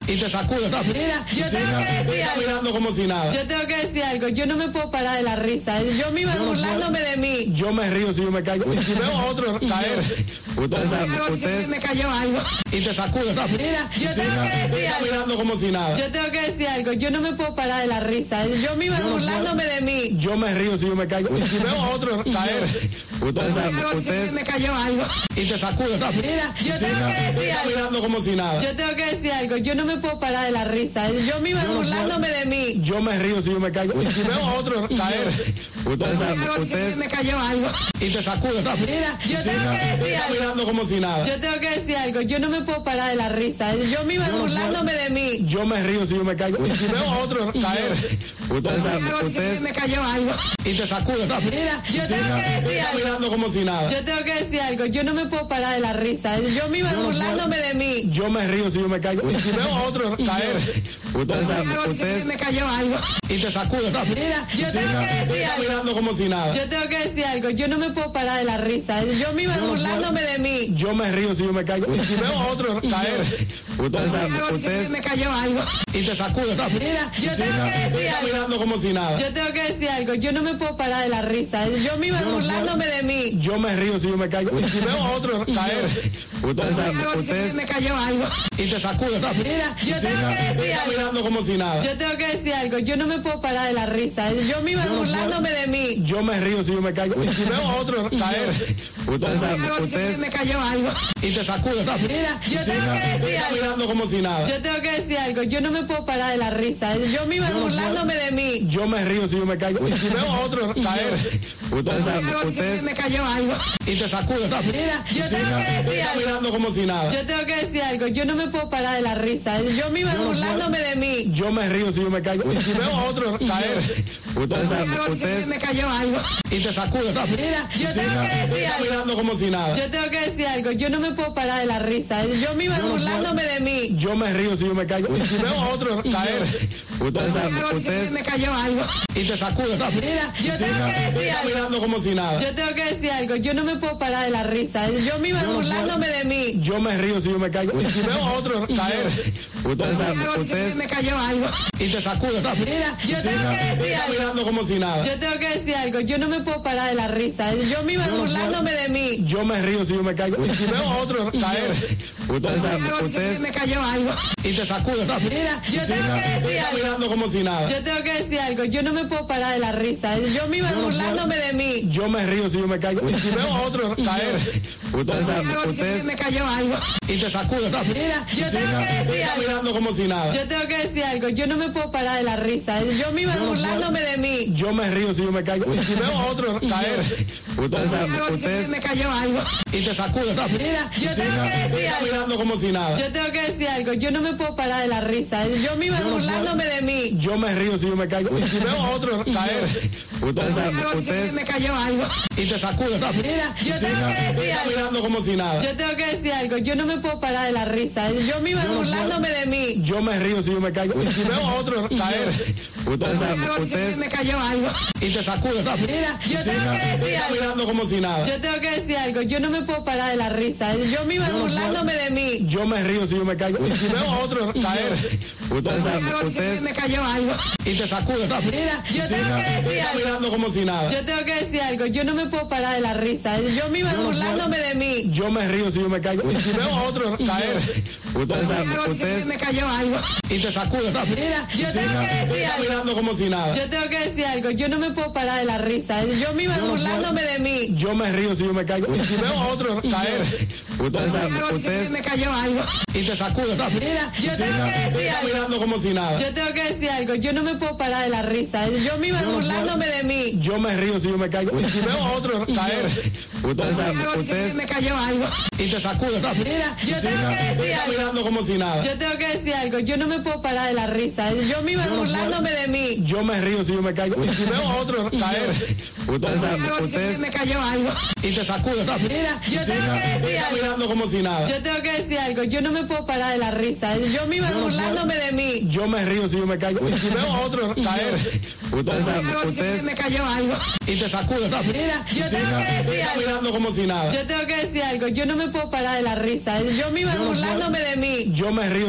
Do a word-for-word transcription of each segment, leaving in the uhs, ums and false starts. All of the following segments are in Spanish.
y te sacude rápido. Mira, yo Sí, tengo sí, que decir sigue algo. caminando como si nada. Yo tengo que decir algo. Yo no me puedo parar de la risa. Yo misma Yo no burlándome puedo. de mí. Yo me río si yo me caigo. Y si veo a otro caer, ustedes saben, ustedes me cayó algo. y te sacude rápido. Mira, yo Sí, tengo que sigue decir algo. caminando como si nada. Yo tengo que decir algo. Yo no me puedo parar de la risa. Yo misma Yo no burlándome puedo. de mí. Yo me río si yo me caigo. Y si veo a otro caer, ustedes saben, ustedes me cayó algo. y te sacude rápido. Mira, yo Sí, tengo que decir sigue algo. caminando como si nada. Yo tengo que decir algo. Yo no me puedo parar de la risa. Yo misma Yo no burlándome puedo. de mí. Yo me río si yo me caigo. Y si veo a otro caer, ustedes saben, ustedes me cayó algo. y te sacude rápido. Mira, yo Sí, tengo que decir sigue algo. caminando como si nada. Yo tengo que decir algo. Yo no me puedo parar de la risa. Yo misma Yo no burlándome puedo. de mí. Yo me río si yo me caigo. Y si veo a otro caer, ustedes saben, ustedes me cayó algo. y te sacude rápido. Mira, yo Sí, tengo que decir sigue algo. caminando como si nada. Yo tengo que decir algo. Yo no me puedo parar de la risa. Yo misma Yo no burlándome de mí. Yo me río si yo me caigo. Y si veo a otro caer, ustedes saben, ustedes me cayó algo. y te sacude rápido. Mira, yo Sí, tengo que decir sigue algo. caminando como si nada. Yo tengo que decir algo. Yo no me puedo parar de la risa. Yo misma Yo no burlándome de mí. Yo me río si yo me caigo. Y si veo a otro caer, ustedes saben, ustedes me cayó algo. y te sacude rápido. Mira, yo Sí, tengo que decir sigue algo. caminando como si nada. Yo tengo que decir algo. Yo no me puedo parar de la risa. Yo misma Yo no burlándome de mí. Yo me río si yo me caigo. Y si veo a otro caer, ustedes saben, ustedes me cayó algo. y te sacude rápido. Mira, yo Sí, tengo que decir sigue algo. caminando como si nada. Yo tengo que decir algo. Yo no me puedo parar de la risa. Yo misma Yo no burlándome de mí. Yo me río si yo me caigo. Y si veo a otro caer, ustedes saben, ustedes me cayó algo. y te sacude rápido. Mira, yo Sí, tengo que decir sigue algo. caminando como si nada. Yo tengo que decir algo. Yo no me puedo parar de la risa. Yo misma no burlándome de mí. Yo me río si yo me caigo. Y si veo a otro caer, ustedes saben, ustedes me cayó algo. y te sacude rápido. Mira, yo Sí, tengo que decir sigue algo. caminando como si nada. Yo tengo que decir algo. Yo no me puedo parar de la risa. Yo misma no burlándome de mí. Yo me río si yo me caigo. Y si veo a otro caer, ustedes saben, ustedes me cayó algo. y te sacude rápido. Mira, yo Sí, tengo que sigue decir algo. caminando como si nada. Yo tengo que decir algo. Yo no me puedo parar de la risa. Yo misma no burlándome de mí. Yo me río si yo me caigo. Y si veo a otro caer, ustedes saben, ustedes me cayó algo. y te sacude rápido. Mira, yo Sí, tengo que decir sigue algo. caminando como si nada. Yo tengo que decir algo. Yo no me puedo parar de la risa. Yo misma no burlándome de mí. Yo me río si yo me caigo. Y si veo a otro caer, ustedes saben, ustedes me cayó algo. y te sacude rápido. Mira, yo Sí, tengo que decir sigue algo. caminando como si nada. Yo tengo que decir algo. Yo no me puedo parar de la risa. Yo misma no burlándome de mí. Yo me río si yo me caigo. Y si veo a otro caer, ustedes saben, ustedes me cayó algo. y te sacude rápido. Mira, yo Sí, tengo que decir sigue algo. caminando como si nada. Yo tengo que decir algo. Yo no me puedo parar de la risa. Yo misma no burlándome de mí. Yo me río si yo me caigo. Y si veo a otro caer, ustedes saben, ustedes me cayó algo. y te sacude rápido. Mira, yo Sí, tengo que decir sigue algo. caminando como si nada. Yo tengo que decir algo. Yo no me puedo parar de la risa. Yo misma no burlándome de mí. Yo me río si yo me caigo. Y si veo a otro caer, ustedes saben, ustedes me cayó algo. y te sacude rápido. Mira, yo Sí, tengo que decir sigue algo. caminando como si nada. Yo tengo que decir algo. Yo no me puedo parar de la risa. Yo misma burlándome de mí. Yo me río si yo me caigo. Y si veo a otro caer, ustedes saben, ustedes me cayó algo. y te sacude rápido. Mira, yo Sí, tengo que decir sigue algo. caminando como si nada. Yo tengo que decir algo. Yo no me puedo parar de la risa. Yo misma burlándome de mí. Yo me río si yo me caigo. Y si veo a otro caer, ustedes saben, ustedes me cayó algo. y te sacude rápido. Mira, yo Sí, tengo que decir sigue algo. caminando como si nada. Yo tengo que decir algo. Yo no me puedo parar de la risa. Yo misma burlándome de mí. Yo me río si yo me caigo. Y si veo a otro caer, ustedes saben, ustedes me cayó algo. y te sacude rápido. Mira, yo Sí, tengo que decir sigue algo. caminando como si nada. Yo tengo que decir algo. Yo no me puedo parar de la risa. Yo misma burlándome de mí. Yo me río si yo me caigo. Y si veo a otro caer, ustedes saben, ustedes me cayó algo. y te sacude rápido. Mira, yo Sí, tengo que decir sigue algo. caminando como si nada. Yo tengo que decir algo. Yo no me puedo parar de la risa. Yo misma burlándome de mí. Yo me río si yo me caigo. Y si veo a otro caer, ustedes saben, ustedes me cayó algo. y te sacude rápido. Mira, yo Sí, tengo que decir sigue algo. caminando como si nada. Yo tengo que decir algo. Yo no me puedo parar de la risa. Yo misma burlándome de mí. Yo me río si yo me caigo. Y si veo a otro caer, ustedes saben, ustedes me cayó algo. y te sacude rápido. Mira, yo Sí, tengo que decir sigue algo. caminando como si nada. Yo tengo que decir algo. Yo no me puedo parar de la risa. Yo misma burlándome de mí. Yo me río si yo me caigo. Y si veo a otro caer, ustedes saben, ustedes me cayó algo. y te sacude rápido. Mira, yo Sí, tengo que decir sigue algo. caminando como si nada. Yo tengo que decir algo. Yo no me puedo parar de la risa. Yo misma burlándome de mí. Yo me río si yo me caigo. Y si veo a otro caer, ustedes saben, ustedes me cayó algo. y te sacude rápido. Mira, yo Sí, tengo que decir sigue algo. caminando como si nada. Yo tengo que decir algo. Yo no me puedo parar de la risa. Yo misma burlándome de mí. Yo me río si yo me caigo.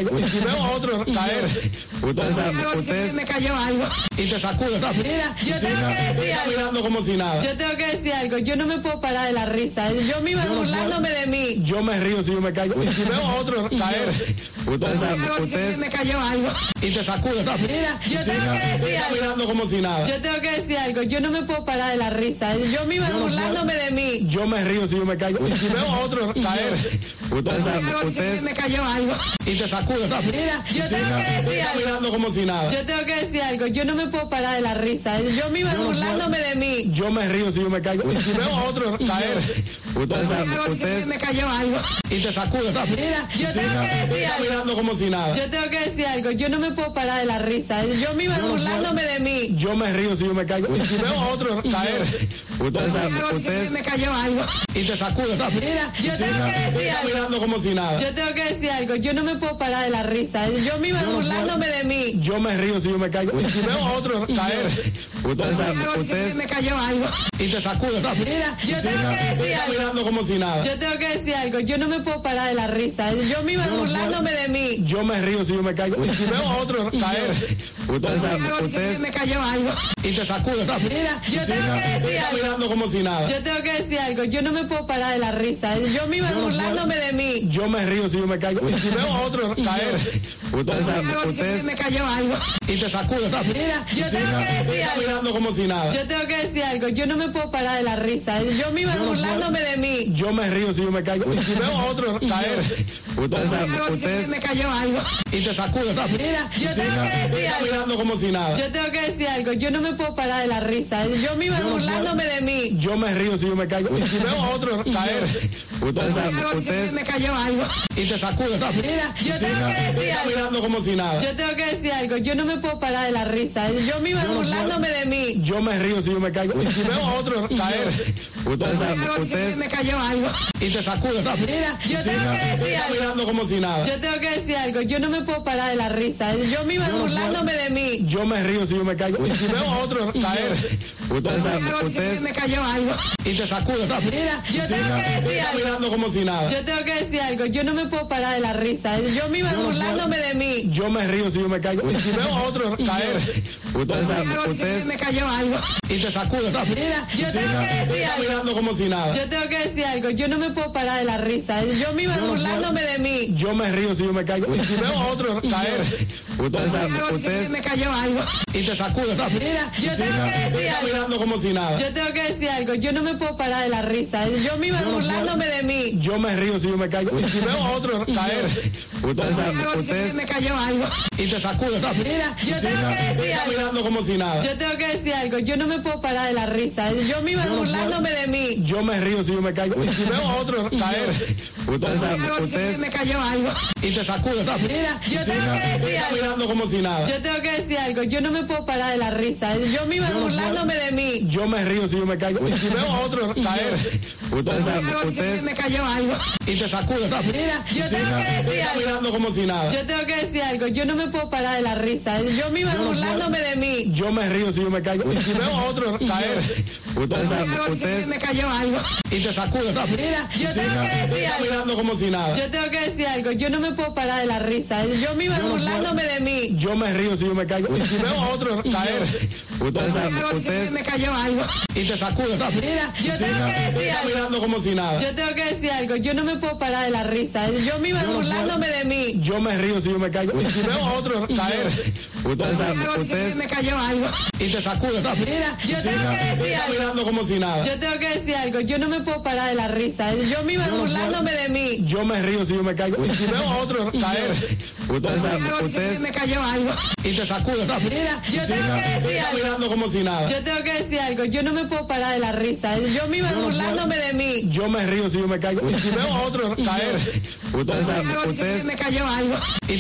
caigo. Y si veo a otro caer, ustedes saben, ustedes me cayó algo. Y te sacude rápido. Mira, yo tengo nada. que decir algo. Mirando como si nada. Yo tengo que decir algo. Yo no me puedo parar de la risa. Yo me iba Yo no burlándome puedo. de mí. Yo me río si yo me caigo. Y si veo a otro caer, ustedes saben, ustedes me cayó algo. Y te sacude rápido. Mira, yo tengo nada. que decir algo. Mirando como si nada. Yo tengo que decir algo. Yo no me puedo parar de la risa. Yo me iba Yo no burlándome puedo. de mí. Yo me río si yo me caigo. Y si veo a otro caer, ustedes saben, ustedes me cayó algo. Y te sacude rápido. Mira, yo tengo nada. que decir algo. Mirando como si nada. Yo tengo que decir algo. Yo no me puedo parar de la risa. Yo me iba Yo no burlándome puedo. de mí. Yo me río si yo me caigo. Y si veo a otro caer, ustedes saben, ustedes me cayó algo. Y te sacude rápido. Mira, yo tengo nada. que decir algo. Mirando como si nada. Yo tengo que decir algo. Yo no me puedo parar de la risa. Yo me iba Yo no burlándome de mí. Yo me río si yo me caigo. Y si veo a otro caer, ustedes saben, ustedes me cayó algo. Y te sacude rápido. Mira, yo tengo nada. que decir algo. Mirando como si nada. Yo tengo que decir algo. Yo no me puedo parar de la risa. Yo me iba Yo no burlándome de mí. Yo me río si yo me caigo. Y si veo a otro caer, ustedes saben, ustedes me cayó algo. Y te sacude rápido. Mira, yo tengo nada. que decir algo. Mirando como si nada. Yo tengo que decir algo. Yo no me puedo parar de la risa. Yo me iba Yo no burlándome de mí. Yo me río si yo me caigo. Y si veo a otro caer, ustedes saben, ustedes me cayó algo. Y te sacude rápido. Mira, yo tengo nada. que decir algo. Mirando como si nada. Yo tengo que decir algo. Yo no me puedo parar de la risa. Yo me iba Yo no burlándome de mí. Yo me río si yo me caigo. Y si veo a otro caer, ustedes saben, ustedes me cayó algo. Y te sacude rápido. Mira, yo tengo nada. que decir algo. Mirando como si nada. Yo tengo que decir algo. Yo no me puedo parar de la risa. Yo me iba Yo no burlándome de mí. Yo me río si yo me caigo. Y si veo a otro caer, ustedes saben, ustedes me cayó algo. Y te sacude rápido. Mira, yo tengo nada. que decir algo. Mirando como si nada. Yo tengo que decir algo. Yo no me puedo parar de la risa. Yo me iba Yo no burlándome de mí. Yo me río si yo me caigo. Y si veo a otro caer, ustedes saben, ustedes me cayó algo. Y te sacude rápido. Mira, yo tengo nada. que decir algo. Mirando como si nada. Yo tengo que decir algo. Yo no me puedo parar de la risa. Yo me iba Yo no burlándome de mí. Yo me río si yo me caigo. Y si veo a otro caer, ustedes saben, ustedes me cayó algo. Y te sacude rápido. Mira, yo tengo nada. que decir algo. Mirando como si nada. Yo tengo que decir algo. Yo no me puedo parar de la risa. Yo me iba Yo no burlándome de mí. Yo me río si yo me caigo. Y si veo a otro caer, ustedes saben, ustedes me cayó algo. Y te sacude rápido. Mira, yo tengo nada. que decir algo. Mirando como si nada. Yo tengo que decir algo. Yo no me puedo parar de la risa. Yo me iba Yo no burlándome de mí. Yo me río si yo me caigo. Y si veo a otro caer, ustedes saben, ustedes me cayó algo. Y te sacude rápido. Mira, yo tengo nada. que decir algo. Mirando como si nada. Yo tengo que decir algo. Yo no me puedo parar de la risa. Yo me iba Yo no burlándome de mí. Yo me río si yo me caigo. Y si veo a otro caer, ustedes saben, ustedes me cayó algo. Y te sacude rápido. Mira, yo tengo nada. que decir algo. Mirando como si nada. Yo tengo que decir algo. Yo no me puedo parar de la risa. Yo me iba Yo no burlándome de mí. Yo me río si yo me caigo. Y si veo a otro caer, ustedes saben, ustedes me cayó algo. Y te sacude rápido. Mira, yo tengo nada. que decir algo. Mirando como si nada. Yo tengo que decir algo. Yo no me puedo parar de la risa. Yo me iba Yo no burlándome de mí. Yo me río si yo me caigo. Y si veo a otro caer, ustedes saben, ustedes me cayó algo. Y te sacude rápido. Mira, yo tengo nada. que decir algo. Mirando como si nada. Yo tengo que decir algo. Yo no me puedo parar de la risa. Yo me iba Yo no burlándome de mí. Yo me río si yo me caigo. Y si veo a otro caer, ustedes saben, ustedes me cayó algo. Y te sacude rápido. Mira, yo tengo nada. que decir algo. Mirando como si nada. Yo tengo que decir algo. Yo no me puedo parar de la risa. Yo me iba Yo no burlándome de mí. Yo me río si yo me caigo. Y si veo a otro caer, ustedes saben, ustedes me cayó algo. Y te sacude rápido. Mira, yo tengo nada. que decir algo. Mirando como si nada. Yo tengo que decir algo. Yo no me puedo parar de la risa. Yo me iba no burlándome de mí. Yo me río si yo me caigo. Y si veo a otro caer, ustedes saben, ustedes me cayó algo. Y te sacude rápido. Mira, yo tengo nada. que decir algo. Mirando como si nada. Yo tengo que decir algo. Yo no me puedo parar de la risa. Yo me iba Yo no burlándome de mí. Yo me río si yo me caigo. Y si veo a otro caer, ustedes saben, ustedes me cayó algo. Y te sacude rápido. Mira, yo tengo nada. que decir algo. Mirando como si nada. Yo tengo que decir algo. Yo no me puedo parar de la risa. Yo me iba Yo no burlándome de mí. Yo me río si yo me caigo. Y si veo a otro caer, ustedes saben, ustedes me cayó algo. Y te sacude rápido. Mira, yo tengo nada. que decir algo. Mirando como si nada. Yo tengo que decir algo. Yo no me puedo parar de la risa. Yo me iba Yo no burlándome de mí. Yo me río si yo me caigo. Y si veo a otro caer, ustedes saben, ustedes me cayó algo. Y te sacude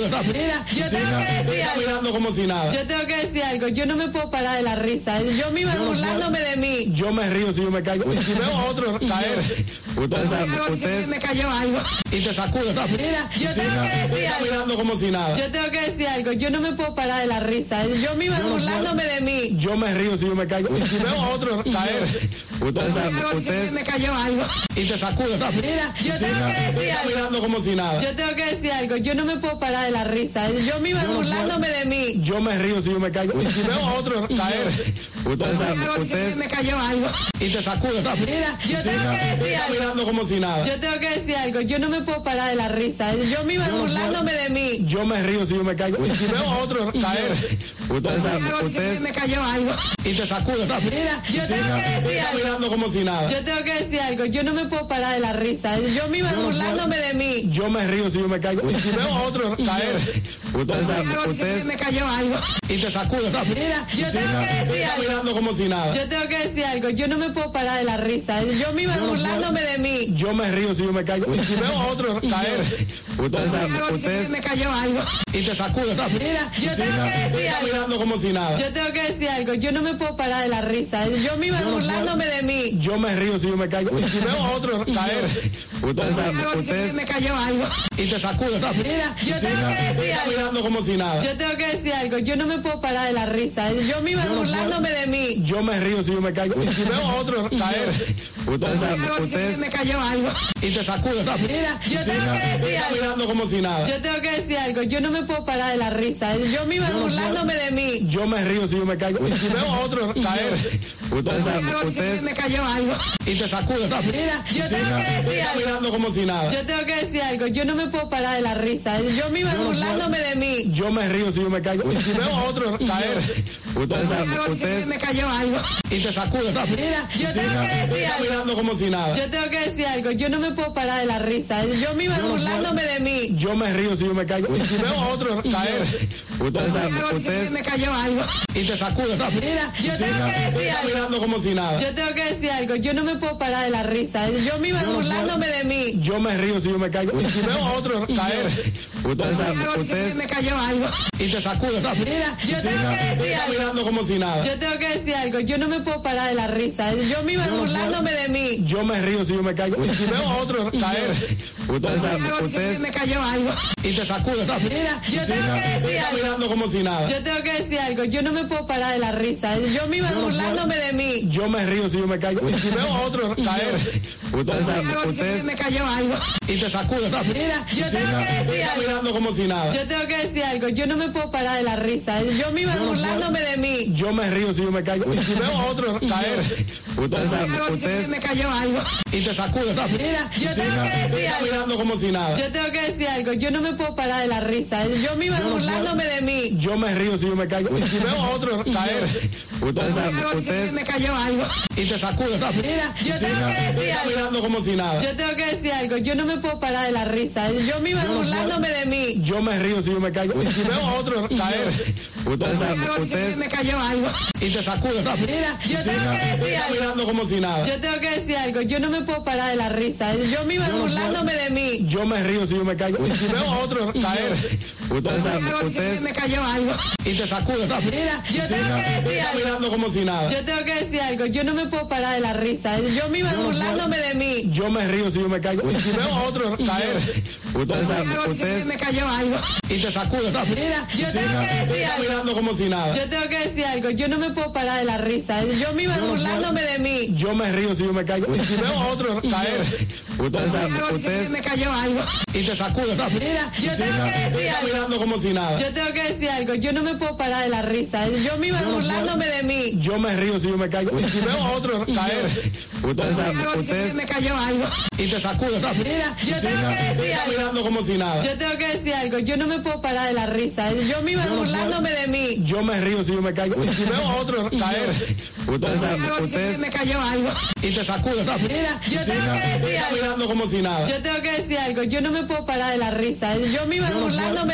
sacude rápido. Mira, yo tengo que decir algo. Mirando como si nada. Yo tengo que decir algo. Yo no me puedo parar de la risa. Yo misma Yo no burlándome puedo. de mí. Yo me río si yo me caigo. Y si veo a otro caer, ustedes saben, ustedes me cayó algo. y te sacude rápido. Mira, yo Sí, tengo no. que decir Está algo. mirando como si nada. Yo tengo que decir algo. Yo no me puedo parar de la risa. Yo misma Yo no burlándome puedo. de mí. Yo me río si yo me caigo. Y si veo a otro caer, ustedes saben, ustedes me cayó algo. y te sacude rápido. Mira, yo Sí, tengo no. que decir Está algo. mirando como si nada. Yo tengo que decir algo. Yo no me puedo parar de la risa. Yo misma Yo no burlándome de mí. Yo me río si yo me caigo. Y si veo a otro caer, ustedes saben, ustedes me cayó algo. y te sacude rápido. Mira, yo Sí, tengo no. que decir Está algo. mirando como si nada. Yo tengo que decir algo. Yo no me puedo parar de la risa. Yo misma Yo no burlándome de mí. Yo me río si yo me caigo. Y si veo a otro caer, ustedes saben, ustedes me cayó algo. y te sacude rápido. Mira, yo Sí, tengo no. que decir Está algo. mirando como si nada. Yo tengo que decir algo. Yo no me puedo parar de la risa. Yo misma Yo no burlándome de mí. Yo me río si yo me caigo. Y si veo a otro caer, ustedes saben, ustedes me cayó algo. y te sacude rápido. Mira, yo Sí, tengo no. que decir Está algo. mirando como si nada. Yo tengo que decir algo. Yo no me puedo parar de la risa. Yo misma Yo no burlándome de mí. Yo me río si yo me caigo. Y si veo a otro caer, ustedes saben, ustedes me cayó algo. y te sacude rápido. Mira, yo Sí, tengo no. que decir Está algo. mirando como si nada. Yo tengo que decir algo. Yo no me puedo parar de la risa. Yo misma Yo no burlándome de mí. Yo me río si yo me caigo. Y si veo a otro caer, ustedes saben, ustedes me cayó algo. y te sacude rápido. Mira, yo Sí, tengo no. que decir Está algo. mirando como si nada. Yo tengo que decir algo. Yo no me puedo parar de la risa. Yo misma Yo no burlándome de mí. Yo me río si yo me caigo. Y si veo a otro caer, ustedes saben, ustedes me cayó algo. y te sacude rápido. Mira, yo Sí, tengo no. que decir Está algo. mirando como si nada. Yo tengo que decir algo. Yo no me puedo parar de la risa. Yo misma Yo no burlándome de mí. Yo me río si yo me caigo. Y si veo a otro caer, ustedes saben, ustedes me cayó algo. y te sacude rápido. Mira, yo Sí, tengo no. que decir Está algo. mirando como si nada. Yo tengo que decir algo. Yo no me puedo parar de la risa. Yo misma Yo no burlándome de mí. Yo me río si yo me caigo. Y si veo a otro caer, ustedes saben, ustedes me cayó algo. y te sacude rápido. Mira, yo Sí, tengo no. que decir Está algo. mirando como si nada. Yo tengo que decir algo. Yo no me puedo parar de la risa. Yo misma Yo no burlándome de mí. Yo me río si yo me caigo. Y si veo a otro caer, ustedes saben, ustedes me cayó algo. y te sacude rápido. Mira, yo Sí, tengo no. que decir Está algo. mirando como si nada. Yo tengo que decir algo. Yo no me puedo parar de la risa. Yo misma Yo no burlándome de mí. Yo me río si yo me caigo. Y si veo a otro caer, ustedes saben, ustedes me cayó algo. y te sacude rápido. Mira, yo Sí, tengo no. que decir Está algo. mirando como si nada. Yo tengo que decir algo. Yo no me puedo parar de la risa. Yo misma Yo no burlándome de mí. Yo me río si yo me caigo. Y si veo a otro caer, ustedes saben, ustedes me cayó algo. y te sacude rápido. Mira, yo Sí, tengo no. que decir Está algo. mirando como si nada. Yo tengo que decir algo. Yo no me puedo parar de la risa. Yo misma Yo no burlándome de mí. Yo me río si yo me caigo. Y si veo a otro caer, ustedes saben, ustedes me cayó algo. y te sacude rápido. Mira, yo Sí, tengo no. que decir Está algo. mirando como si nada. Yo tengo que decir algo. Yo no me puedo parar de la risa. Yo misma no burlándome de mí. Yo me río si yo me caigo. Y si veo a otro caer, ustedes saben, ustedes me cayó algo. y te sacude rápido. Mira, yo Sí, tengo no. que decir Está algo. mirando como si nada. Yo tengo que decir algo. Yo no me puedo parar de la risa. Yo misma no burlándome de mí. Yo me río si yo me caigo. Y si veo a otro caer, ustedes saben, ustedes me cayó algo. y te sacude rápido. Mira, yo Sí, tengo no. que decir Está algo. mirando como si nada. Yo tengo que decir algo. Yo no me puedo parar de la risa. Yo misma no burlándome de mí. Yo me río si yo me caigo. Y si veo a otro caer, ustedes saben, ustedes me cayó algo. y te sacude rápido. Mira, yo Sí, tengo no. que decir Está algo. mirando como si nada. Yo tengo que decir algo. Yo no me puedo parar de la risa. Yo misma no burlándome de mí. Yo me río si yo me caigo. Y si veo a otro caer, ustedes saben, ustedes me cayó algo. y te sacude rápido. Mira, yo Sí, tengo no. que decir Está algo. mirando como si nada. Yo tengo que decir algo. Yo no me puedo parar de la risa. Yo misma no burlándome de mí. Yo me río si yo me caigo. Y si veo a otro caer, ustedes saben, ustedes me cayó algo. y te sacude rápido. Mira, yo Sí, tengo no. que decir Está algo. mirando como si nada. Yo tengo que decir algo. Yo no me puedo parar de la risa. Yo misma burlándome de mí. Yo me río si yo me caigo. Y si veo a otro caer, ustedes saben, ustedes me cayó algo. y te sacude rápido. Mira, yo Sí, tengo no. que decir Está algo. mirando como si nada. Yo tengo que decir algo. Yo no me puedo parar de la risa. Yo misma burlándome de mí. Yo me río si yo me caigo. Y si veo a otro caer, ustedes saben, ustedes me cayó algo. y te sacude rápido. Mira, yo Sí, tengo no. que decir Está algo. mirando como si nada. Yo tengo que decir algo. Yo no me puedo parar de la risa. Yo misma burlándome de mí. Yo me río si yo me caigo. Y si veo a otro caer, ustedes saben, ustedes me cayó algo. y te sacude rápido. Mira, yo Sí, tengo no. que decir Está algo. mirando como si nada. Yo tengo que decir algo. Yo no me puedo parar de la risa. Yo misma burlándome de mí.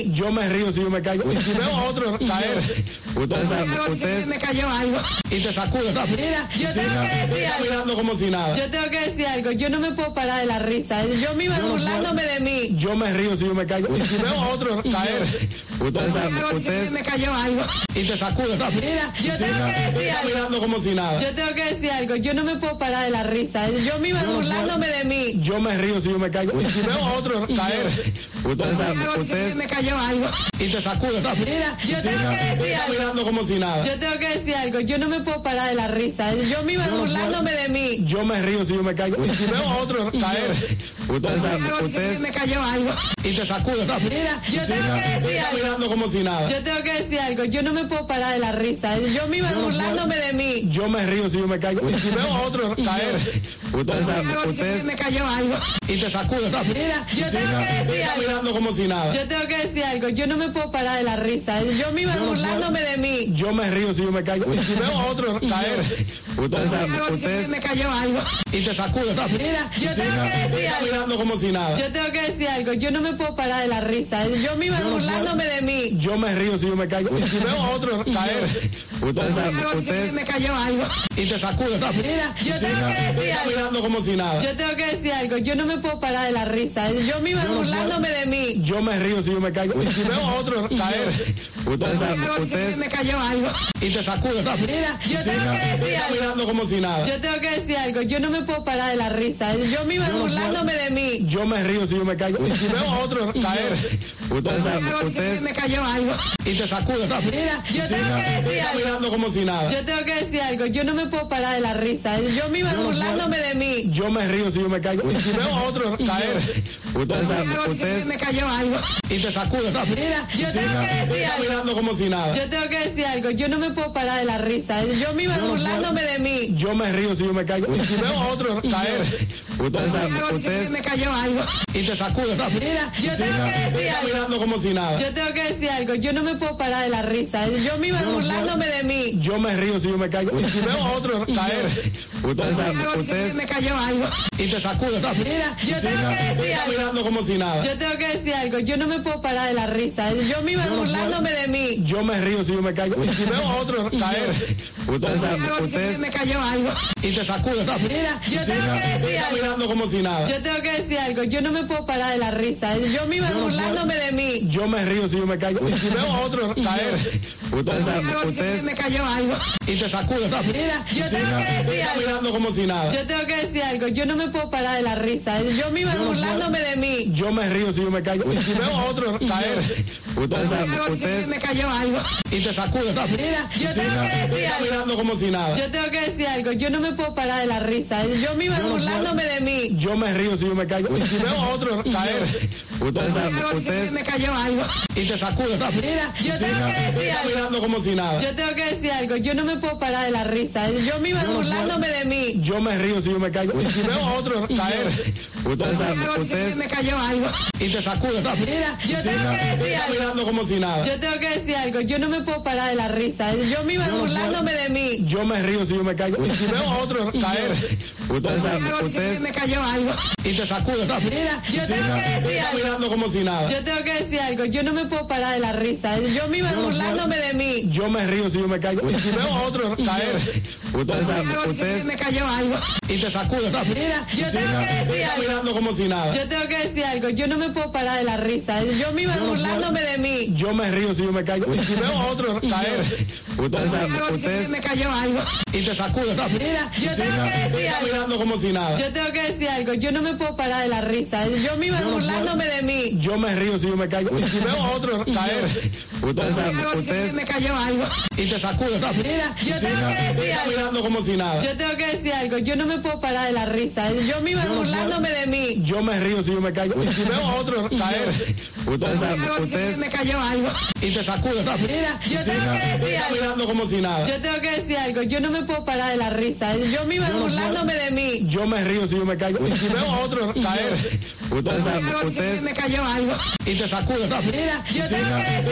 yo me río si yo me caigo. Y si veo a otro caer, ustedes saben, ustedes me cayó algo. Y te sacude rápido. Mira, yo tengo nada. que decir algo. Mirando como si nada. Yo tengo que decir algo. Yo no me puedo parar de la risa. Yo me iba Yo no burlándome puedo. de mí. Yo me río si yo me caigo. Y si veo a otro caer, ustedes saben, ustedes me cayó algo. Y te sacude rápido. Mira, yo Sí, tengo nada. que decir algo. Mirando como si nada. Yo tengo que decir algo. Yo no me puedo parar de la risa. Yo me iba Yo no burlándome puedo. de mí. Yo me río si yo me caigo. Y si veo a otro caer, ustedes saben, ustedes me cayó algo. Y te sacude rápido. Mira, yo Sí, tengo nada. que decir algo. Mirando como si nada. Yo tengo que decir algo. Yo no me puedo parar de la risa. Yo me iba Yo no burlándome puedo. de mí. Yo me río si yo me caigo. Y si veo a otro caer, ustedes saben, ustedes me cayó algo. Y te sacude rápido. Mira, yo Sí, tengo nada. que decir algo. Mirando como si nada. Yo tengo que decir algo. Yo no me puedo parar de la risa. Yo me iba Yo no burlándome de mí. Yo me río si yo me caigo. Y si veo a otro caer, ustedes saben, ustedes me cayó algo. Y te sacude rápido. Mira, yo Sí, tengo nada. que decir algo. Mirando como si nada. Yo tengo que decir algo. Yo no me puedo parar de la risa. Yo me iba Yo no burlándome de mí. Yo me río si yo me caigo. Y si veo a otro caer, ustedes saben, ustedes me cayó algo. Y te sacude rápido. Mira, yo Sí, tengo nada. que decir algo. Mirando como si nada. Yo tengo que decir algo. Yo no me puedo parar de la risa. Yo me iba Yo no burlándome de mí. Yo me río si yo me caigo. Y si veo a otro caer, ustedes saben, ustedes me cayó algo. Y te sacude rápido. Mira, yo Sí, tengo nada. que decir algo. Mirando como si nada. Yo tengo que decir algo. Yo no me puedo parar de la risa. Yo me iba Yo no burlándome de mí. Yo me río si yo me caigo. Y si veo a otro caer, ustedes saben, ustedes me cayó algo. Y te sacude rápido. Mira, yo Sí, tengo nada. que decir algo. Mirando como si nada. Yo tengo que decir algo. Yo no me puedo parar de la risa. Yo me iba Yo no burlándome de mí. Yo me río si yo me caigo. Y si veo a otro caer, ustedes saben, ustedes me cayó algo. Y te sacude rápido. Mira, yo Sí, tengo nada. que decir algo. Mirando como si nada. Yo tengo que decir algo. Yo no me puedo parar de la risa. Yo me iba Yo no burlándome de mí. Yo me río si yo me caigo. Y si veo a otro caer, ustedes saben, ustedes me cayó algo. Y te sacude rápido. Mira, yo Sí, tengo nada. que decir algo. Mirando como si nada. Yo tengo que decir algo. Yo no me puedo parar de la risa. Yo me iba Yo no burlándome de mí. Yo me río si yo me caigo. Y si veo a otro caer, ustedes saben, ustedes me cayó algo. Y te sacude rápido. Mira, yo Sí, tengo nada. que decir algo. Mirando como si nada. Yo tengo que decir algo. Yo no me puedo parar de la risa. Yo me iba Yo no burlándome de mí. Yo me río si yo me caigo. Y si veo a otro caer, ustedes saben, ustedes me cayó algo. Y te sacude rápido. Mira, yo Sí, tengo nada. que decir algo. Mirando como si nada. Yo tengo que decir algo. Yo no me puedo parar de la risa. Yo me iba Yo no burlándome de mí. Yo me río si yo me caigo. Y si veo a otro caer, ustedes saben, ustedes me cayó algo. Y te sacude rápido. Mira, yo Sí, tengo nada. que decir algo. Mirando como si nada. Yo tengo que decir algo. Yo no me puedo parar de la risa. Yo me iba Yo no burlándome de mí. Yo me río si yo me caigo. Y si veo a otro caer, ustedes saben, ustedes me cayó algo. Y te sacude rápido. Mira, yo Sí, tengo nada. que decir algo. Mirando como si nada. Yo tengo que decir algo. Yo no me puedo parar de la risa. Yo me iba Yo no burlándome de mí. Yo me río si yo me caigo. Y si veo a otro caer, ustedes saben, ustedes me cayó algo. Y te sacude rápido. Mira, yo Sí, tengo nada. que decir algo. Mirando como si nada. Yo tengo que decir algo. Yo no me puedo parar de la risa. Yo me iba Yo no burlándome de mí. Yo me río si yo me caigo. Y si veo a otro caer, ustedes saben, ustedes me cayó algo. Y te sacude rápido. Mira, yo Sí, tengo nada. que decir algo. Mirando como si nada. Yo tengo que decir algo. Yo no me puedo parar de la risa. Yo me iba Yo no burlándome de mí. Yo me río si yo me caigo. Y si veo a otro caer, ustedes saben, ustedes me cayó algo. Y te sacude rápido. Mira, yo Sí, tengo nada. que decir algo. Mirando como si nada. Yo tengo que decir algo. Yo no me puedo parar de la risa. Yo me iba Yo no burlándome de mí. Yo me río si yo me caigo. Y si veo a otro caer, ustedes saben, ustedes me cayó algo. Y te sacude rápido. Mira, yo Sí, tengo nada. que decir algo. Mirando como si nada. Yo tengo que decir algo. Yo no me puedo parar de la risa. Yo me iba no burlándome de mí. Yo me río si yo me caigo. Y si veo a otro caer, ustedes saben, ustedes me cayó algo. Y te sacude rápido. Mira, yo Sí, tengo nada. que decir algo. Mirando como si nada. Yo tengo que decir algo. Yo no me puedo parar de la risa. Yo me iba Yo no burlándome de mí. Yo me río si yo me caigo. Y si veo a otro caer, ustedes saben, ustedes me cayó algo. Y te sacude rápido. Mira, yo Sí, tengo nada. que decir algo. Mirando como si nada. Yo tengo que decir algo. Yo no me puedo parar de la risa. Yo me iba Yo no burlándome de mí. Yo me río si yo me caigo. Y si veo a otro caer, ustedes saben, ustedes me cayó algo. Y te sacude rápido. Mira, yo Sí, tengo nada. que decir algo. Mirando como si nada. Yo tengo que decir algo. Yo no me puedo parar de la risa. Yo me iba Yo no burlándome de mí. Yo me río si yo me caigo. Y si veo a otro caer, ustedes saben, ustedes me cayó algo. Y te sacude rápido. Mira, yo Sí, tengo nada. que decir algo. Mirando como si nada. Yo tengo que decir algo. Yo no me puedo parar de la risa. Yo me iba Yo no burlándome de mí. Yo me río si yo me caigo. Y si veo a otro caer, ustedes saben, ustedes me cayó algo. Y te sacude rápido. Mira, yo Sí, tengo nada. que decir algo.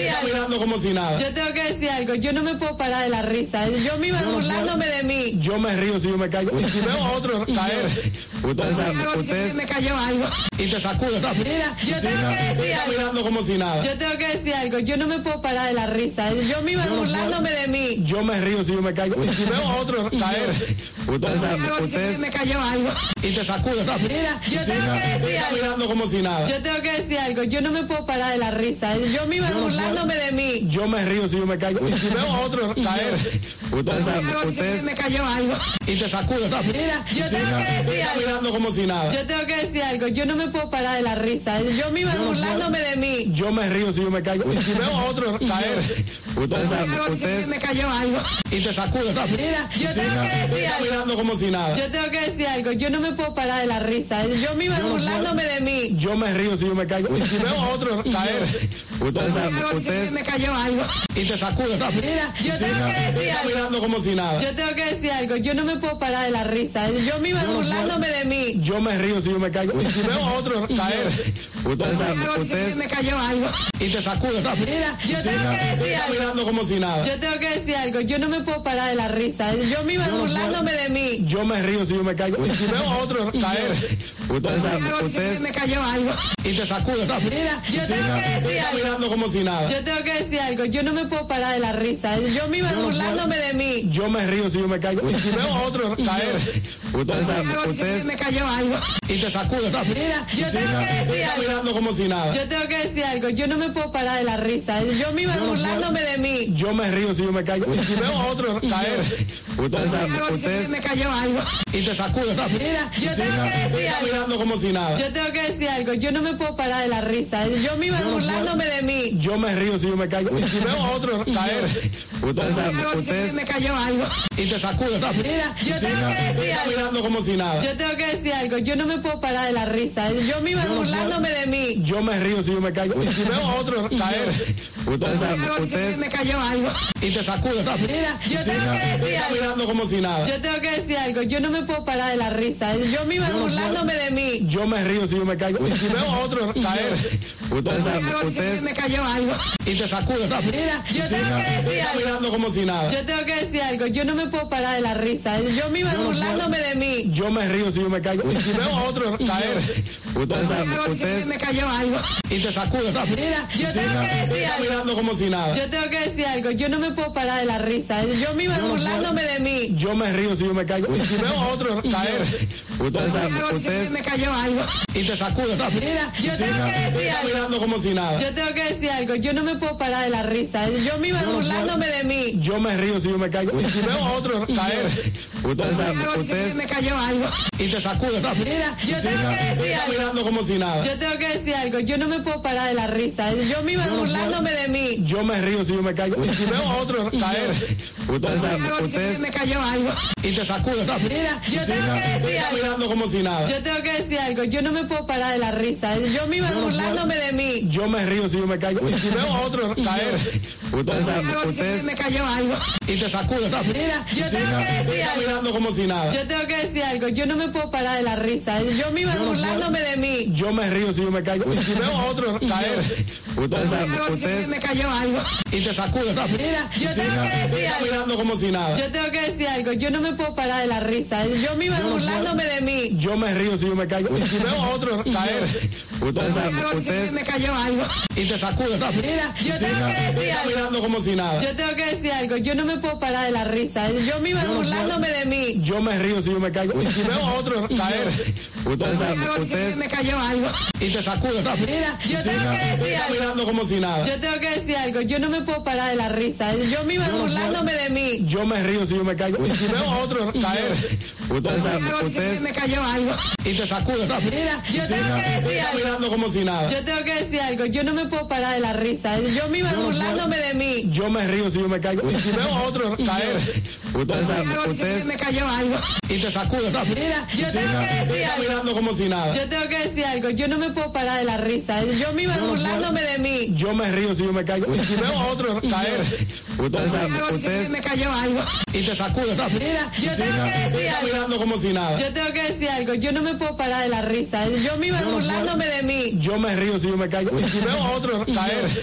mirando como si nada. Yo tengo que decir algo, yo no me puedo parar de la risa. Yo misma Yo no burlándome de mí. Yo me río si yo me caigo. Y si veo a otro caer, ustedes saben, ustedes me cayó algo. Y te sacude rápido. Mira, yo tengo nada. que decir Está algo. mirando como si nada. Yo tengo que decir algo, yo no me puedo parar de la risa. Yo misma Yo no burlándome de mí. Yo me río si yo me caigo. Y si veo a otro caer, ustedes saben, ustedes me cayó algo. Y te sacude rápido. Mira, yo tengo nada. que decir Está algo. mirando como si nada. Yo tengo que decir algo, yo no me puedo parar de la risa. Yo misma Yo no burlándome de mí. Yo me río si yo me caigo. Y si veo a otro caer, ustedes saben, ustedes me cayó algo. Y te sacude rápido. Mira, yo tengo nada. que decir Está algo. mirando como si nada. Yo tengo que decir algo, yo no me puedo parar de la risa. Yo misma Yo no burlándome de mí. Yo me río si yo me caigo. Y si veo a otro caer, ustedes saben, ustedes me cayó algo. Y te sacude rápido. Mira, yo tengo nada. que decir Está algo. mirando como si nada. Yo tengo que decir algo, yo no me puedo parar de la risa. Yo misma Yo no burlándome de mí. Yo me río si yo me caigo. Y si veo a otro caer, ustedes saben, ustedes me cayó algo. Y te sacude rápido. Mira, yo tengo nada. que decir Está algo. mirando como si nada. Yo tengo que decir algo, yo no me puedo parar de la risa. Yo misma Yo no burlándome de mí. Yo me río si yo me caigo. Y si veo a otro caer, ustedes saben, ustedes me cayó algo. Y te sacude rápido. Mira, yo tengo nada. que decir Está algo. mirando como si nada. Yo tengo que decir algo, yo no me puedo parar de la risa. Yo misma no burlándome de mí. Yo me río si yo me caigo. Y si veo a otro caer, ustedes saben, ustedes me cayó algo. Y te sacude rápido. Mira, yo tengo nada. que decir Está algo. mirando como si nada. Yo tengo que decir algo, yo no me puedo parar de la risa. Yo misma no burlándome de mí. Yo me río si yo me caigo. Y si veo a otro caer, ustedes saben, ustedes me cayó algo. Y te sacude rápido. Mira, yo tengo nada. que decir Está algo. mirando como si nada. Yo tengo que decir algo, yo no me puedo parar de la risa. Yo misma no burlándome de mí. Yo me río si yo me caigo. Y si veo a otro caer, ustedes saben, ustedes me cayó algo. Y te sacude rápido. Mira, yo tengo nada. que decir Está algo. mirando como si nada. Yo tengo que decir algo, yo no me puedo parar de la risa. Yo misma no burlándome de mí. Yo me río si yo me caigo. Y si veo a otro caer, ustedes saben, ustedes me cayó algo. Y te sacude rápido. Mira, yo tengo nada. que decir Está algo. mirando como si nada. Yo tengo que decir algo, yo no me puedo parar de la risa. Yo misma no burlándome de mí. Yo me río si yo me caigo. Y si veo a otro caer, ustedes saben, ustedes me cayó algo. Y te sacude rápido. Mira, yo tengo nada. que decir Está algo. mirando como si nada. Yo tengo que decir algo, yo no me puedo parar de la risa. Yo misma burlándome de mí. Yo me río si yo me caigo. Y si veo a otro caer, ustedes saben, ustedes me cayó algo. Y te sacude rápido. Mira, yo tengo nada. que decir Está algo. mirando como si nada. Yo tengo que decir algo, yo no me puedo parar de la risa. Yo misma burlándome de mí. Yo me río si yo me caigo. Y si veo a otro caer, ustedes saben, ustedes me cayó algo. Y te sacude rápido. Mira, yo tengo nada. que decir Está algo. mirando como si nada. Yo tengo que decir algo, yo no me puedo parar de la risa. Yo misma burlándome de mí. Yo me río si yo me caigo. Y si veo a otro caer, ustedes saben, ustedes me cayó algo. Y te sacude rápido. Mira, yo tengo nada. que decir Está algo. mirando como si nada. Yo tengo que decir algo, yo no me puedo parar de la risa. Yo misma burlándome de mí. Yo me río si yo me caigo. Y si veo a otro caer, ustedes saben, ustedes me cayó algo. Y te sacude rápido. Mira, yo tengo nada. que decir Está algo. mirando como si nada. Yo tengo que decir algo, yo no me puedo parar de la risa. Yo misma burlándome de mí. Yo me río si yo me caigo. Y si veo a otro caer, ustedes saben, ustedes me cayó algo. Y te sacude rápido. Mira, yo tengo nada. que decir Está algo. mirando como si nada. Yo tengo que decir algo, yo no me puedo parar de la risa. Yo misma burlándome de mí. Yo me río si yo me caigo. Y si veo a otro caer, ustedes saben, ustedes me cayó algo. Y te sacude rápido. Mira, yo tengo nada. que decir Está algo. mirando como si nada. Yo tengo que decir algo, yo no me puedo parar de la risa. Yo misma burlándome de mí. Yo me río si yo me caigo. Y si veo a otro caer, ustedes saben, ustedes me cayó algo. Y te sacude rápido. Mira, yo tengo nada. que decir Está algo. mirando como si nada. Yo tengo que decir algo, yo no me puedo parar de la risa. Yo misma burlándome de mí. Yo me río si yo me caigo. Y si veo a otro caer, ustedes saben, ustedes me cayó algo. Y te sacude rápido. Mira, yo tengo nada. que decir Está algo. mirando como si nada. Yo tengo que decir algo, yo no me puedo parar de la risa. Yo misma burlándome de mí. Yo me río si yo me caigo. Y si veo a otro caer, ustedes saben, ustedes me cayó algo. Y te sacude rápido. Mira, yo tengo nada. que decir Está algo. mirando como si nada. Yo tengo que decir algo, yo no me puedo parar de la risa. Yo misma burlándome de mí. Yo me río si yo me caigo. Y si veo a otro caer, ustedes saben, ustedes me cayó algo. Y te sacude rápido. Mira, yo tengo nada. que decir Está algo. mirando como si nada. Yo tengo que decir algo, yo no me puedo parar de la risa. Yo misma burlándome de mí. Yo me río si yo me caigo. Y si veo a otro caer, ustedes saben, ustedes me cayó algo. Y te sacude rápido. Mira, yo tengo nada. que decir Está algo. mirando como si nada. Yo tengo que decir algo, yo no me puedo parar de la risa. Yo misma burlándome de mí. Yo me río si yo me caigo. Y si veo a otro caer, ustedes saben, ustedes me cayó algo. Y te sacude rápido. Mira, yo tengo nada. que decir Está algo. mirando como si nada. Yo tengo que decir algo, yo no me puedo parar de la risa. Yo misma burlándome de mí. Yo me río si yo me caigo. Y si veo a otro caer,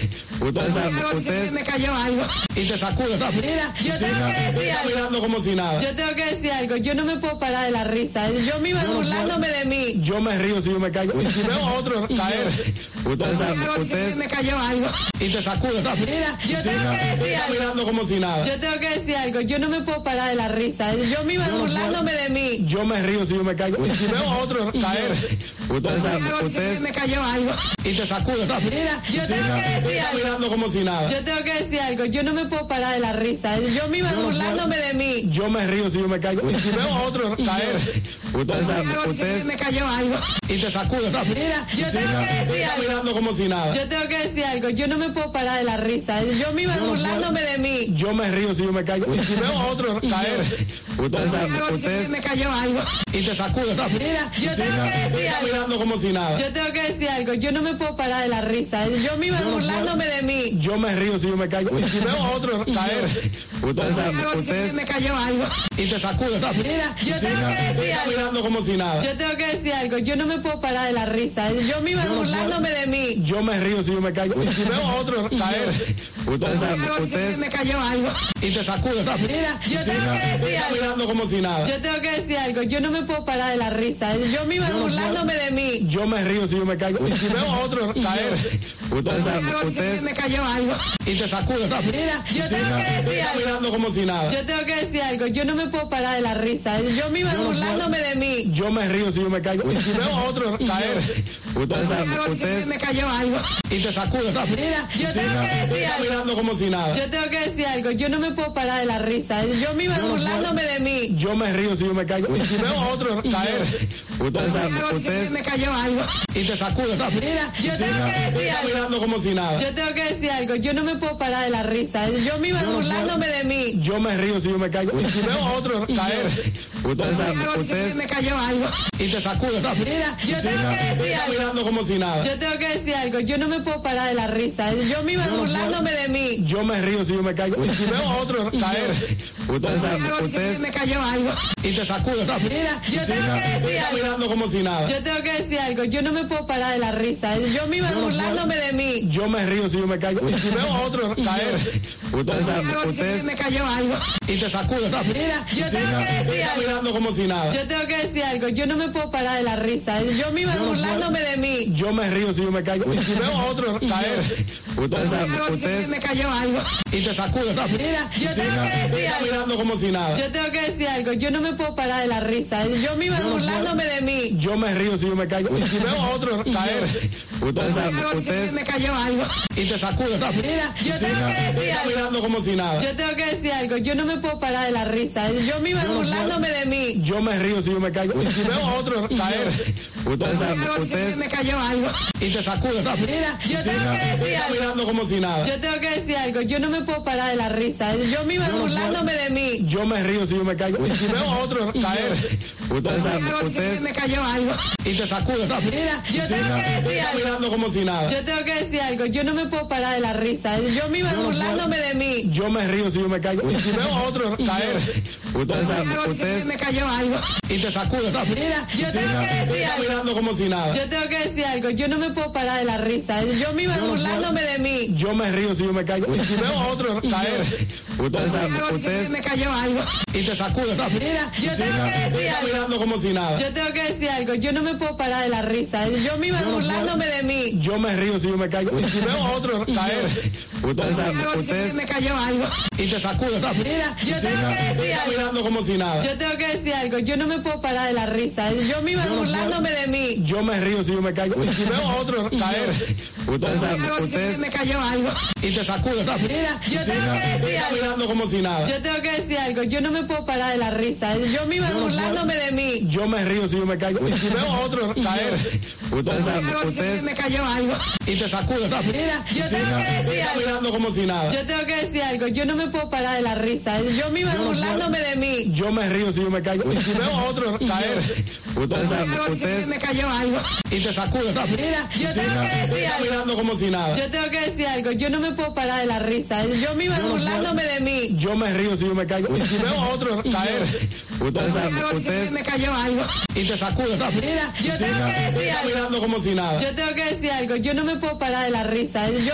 Ustedes saben, ustedes me cayó algo. Y te sacude rápido. Mira, yo tengo que decir algo. Mirando como si nada. Yo tengo que decir algo. Yo no me puedo parar de la risa. Yo me iba Yo no burlándome puedo. de mí. Yo me río si yo me caigo. Y si veo a otro caer, ustedes saben, ustedes me cayó algo. Y te sacude rápido. Mira, yo Sí, tengo no. que decir algo. Mirando como si nada. Yo tengo que decir algo. Yo no me puedo parar de la risa. Yo me iba Yo no burlándome puedo. de mí. Yo me río si yo me caigo. Y si veo a otro caer, ustedes saben, ustedes me cayó algo. Y te sacude rápido. Mira, yo Sí, tengo no. que decir algo. Mirando como si nada. Yo tengo que decir algo. Yo no me puedo parar de la risa. Yo me iba Yo no burlándome puedo. de mí. Yo me río si yo me caigo. Y si veo a otro caer, ustedes saben, ustedes me cayó algo. Y te sacude rápido. Mira, yo Sí, tengo no. que decir algo. Mirando como si nada. Yo tengo que decir algo. Yo no me puedo parar de la risa. Yo me iba Yo no burlándome de mí. Yo me río si yo me caigo. Y si veo a otro caer, ustedes saben, ustedes me cayó algo. Y te sacude rápido. Mira, yo Sí, tengo no. que decir algo. Mirando como si nada. Yo tengo que decir algo. Yo no me puedo parar de la risa. Yo me iba Yo no burlándome de mí. Yo me río si yo me caigo. Y si veo a otro caer, ustedes saben, ustedes me cayó algo. Y te sacude rápido. Mira, yo Sí, tengo no. que decir algo. Mirando como si nada. Yo tengo que decir algo. Yo no me puedo parar de la risa. Yo me iba Yo no burlándome de mí. Yo me río si yo me caigo. Y si veo a otro caer, ustedes saben, ustedes me cayó algo. Y te sacude rápido. Mira, yo Sí, tengo no. que decir algo. Mirando como si nada. Yo tengo que decir algo. Yo no me puedo parar de la risa. Yo me iba Yo no burlándome de mí. Yo me río si yo me caigo. Y si veo a otro caer, ustedes saben, ustedes me cayó algo. Y te sacude rápido. Mira, yo Sí, tengo no. que decir algo. Mirando como si nada. Yo tengo que decir algo. Yo no me puedo parar de la risa. Yo me iba Yo no burlándome de mí. Yo me río si yo me caigo. Y si veo a otro caer, ustedes saben, ustedes me cayó algo. Y te sacude rápido. Mira, yo Sí, tengo no. que decir algo. Mirando como si nada. Yo tengo que decir algo. Yo no me puedo parar de la risa. Yo me iba Yo no burlándome de mí. Yo me río si yo me caigo. Y si veo a otro caer, ustedes saben, ustedes me cayó algo. Y te sacude rápido. Mira, yo Sí, tengo no. que decir algo. Mirando como si nada. Yo tengo que decir algo. Yo no me puedo parar de la risa. Yo me iba Yo no burlándome de mí. Yo me río si yo me caigo. Y si veo a otro caer, ustedes saben, ustedes me cayó algo. Y te sacude rápido. Mira, yo Sí, tengo no. que decir algo. Mirando como si nada. Yo tengo que decir algo. Yo no me puedo parar de la risa. Yo me iba Yo no burlándome de mí. Yo me río si yo me caigo. Y si veo a otro caer, ustedes saben, ustedes me cayó algo. Y te sacude rápido. Mira, yo Sí, tengo no. que decir algo. Mirando como si nada. Yo tengo que decir algo. Yo no me puedo parar de la risa. Yo me iba Yo no burlándome de mí. Yo me río si yo me caigo. Y si veo a otro caer, ustedes saben, ustedes me cayó algo. Y te sacude rápido. Mira, yo Sí, tengo no. que decir algo. Mirando como si nada. Yo tengo que decir algo. Yo no me puedo parar de la risa. Yo me iba Yo no burlándome de mí. Yo me río si yo me caigo. Y si veo a otro caer, ustedes saben, ustedes me cayó algo. Y te sacude rápido. Mira, yo Sí, tengo no. que decir algo. Mirando como si nada. Yo tengo que decir algo. Yo no me puedo parar de la risa. Yo me iba Yo no burlándome de mí. Yo me río si yo me caigo. Y si veo a otro caer, ustedes saben, ustedes me cayó algo. Y te sacude rápido. Mira, yo Sí, tengo no. que decir algo. Mirando como si nada. Yo tengo que decir algo. Yo no me puedo parar de la risa. Yo me iba Yo no burlándome de mí. Yo me río si yo me caigo. Y si veo a otro caer, ustedes saben, ustedes me cayó algo. Y te sacude rápido. Mira, yo Sí, tengo no. que decir algo. Mirando como si nada. Yo tengo que decir algo. Yo no me puedo parar de la risa. Yo me iba Yo no burlándome de mí. Yo me río si yo me caigo. Y si veo a otro caer, ustedes saben, ustedes me cayó algo. Y te sacude rápido. Mira, yo Sí, tengo no. que decir algo. Mirando como si nada. Yo tengo que decir algo. Yo no me puedo parar de la risa. Yo me iba Yo no burlándome de mí. Yo me río si yo me caigo. Y si veo a otro caer, ustedes saben, ustedes me cayó algo. Y te sacude rápido. Mira, yo Sí, tengo no. que decir algo. Mirando como si nada. Yo tengo que decir algo. Yo no me puedo parar de la risa. Yo me iba Yo no burlándome de mí. Yo me río si yo me caigo. Y si veo a otro caer, ustedes saben, ustedes me cayó algo. Y te sacude rápido. Mira, yo Sí, tengo no. que decir algo. Mirando como si nada. Yo tengo que decir algo. Yo no me puedo parar de la risa. Yo me iba Yo no burlándome de mí. Yo me río si yo me caigo. Y si veo a otro caer, ustedes saben, ustedes me cayó algo. Y te sacude rápido. Mira, yo Sí, tengo no. que decir algo. Mirando como si nada. Yo tengo que decir algo. Yo no me puedo parar de la risa. Yo me iba Yo no burlándome de mí. Yo me río si yo me caigo. Y si veo a otro caer, ustedes saben, ustedes me cayó algo. Y te sacude rápido. Mira, yo Sí, tengo no. que decir algo. Mirando como si nada. Yo tengo que decir algo. Yo no me puedo parar de la risa. Yo me iba Yo no burlándome de mí. Yo me río si yo me caigo. Y si veo a otro caer, ustedes saben, ustedes me cayó algo. Y te sacude rápido. Mira, yo Sí, tengo no. que decir algo. Mirando como si nada. Yo tengo que decir algo. Yo no me puedo parar de la risa. Yo me iba Yo no burlándome de mí. Yo me río si yo me caigo. Y si veo a otro caer, ustedes saben, ustedes me cayó algo. Y te sacude rápido. Mira, yo Sí, tengo no. que decir algo. Mirando como si nada. Yo tengo que decir algo. Yo no me puedo parar de la risa. Yo me iba Yo no burlándome de mí. Yo me río si yo me caigo. Y si veo a otro caer, ustedes saben, ustedes me cayó algo. Y te sacude rápido. Mira, yo Sí, tengo no. que decir algo. Mirando como si nada. Yo tengo que decir algo. Yo no me puedo parar de la risa. Yo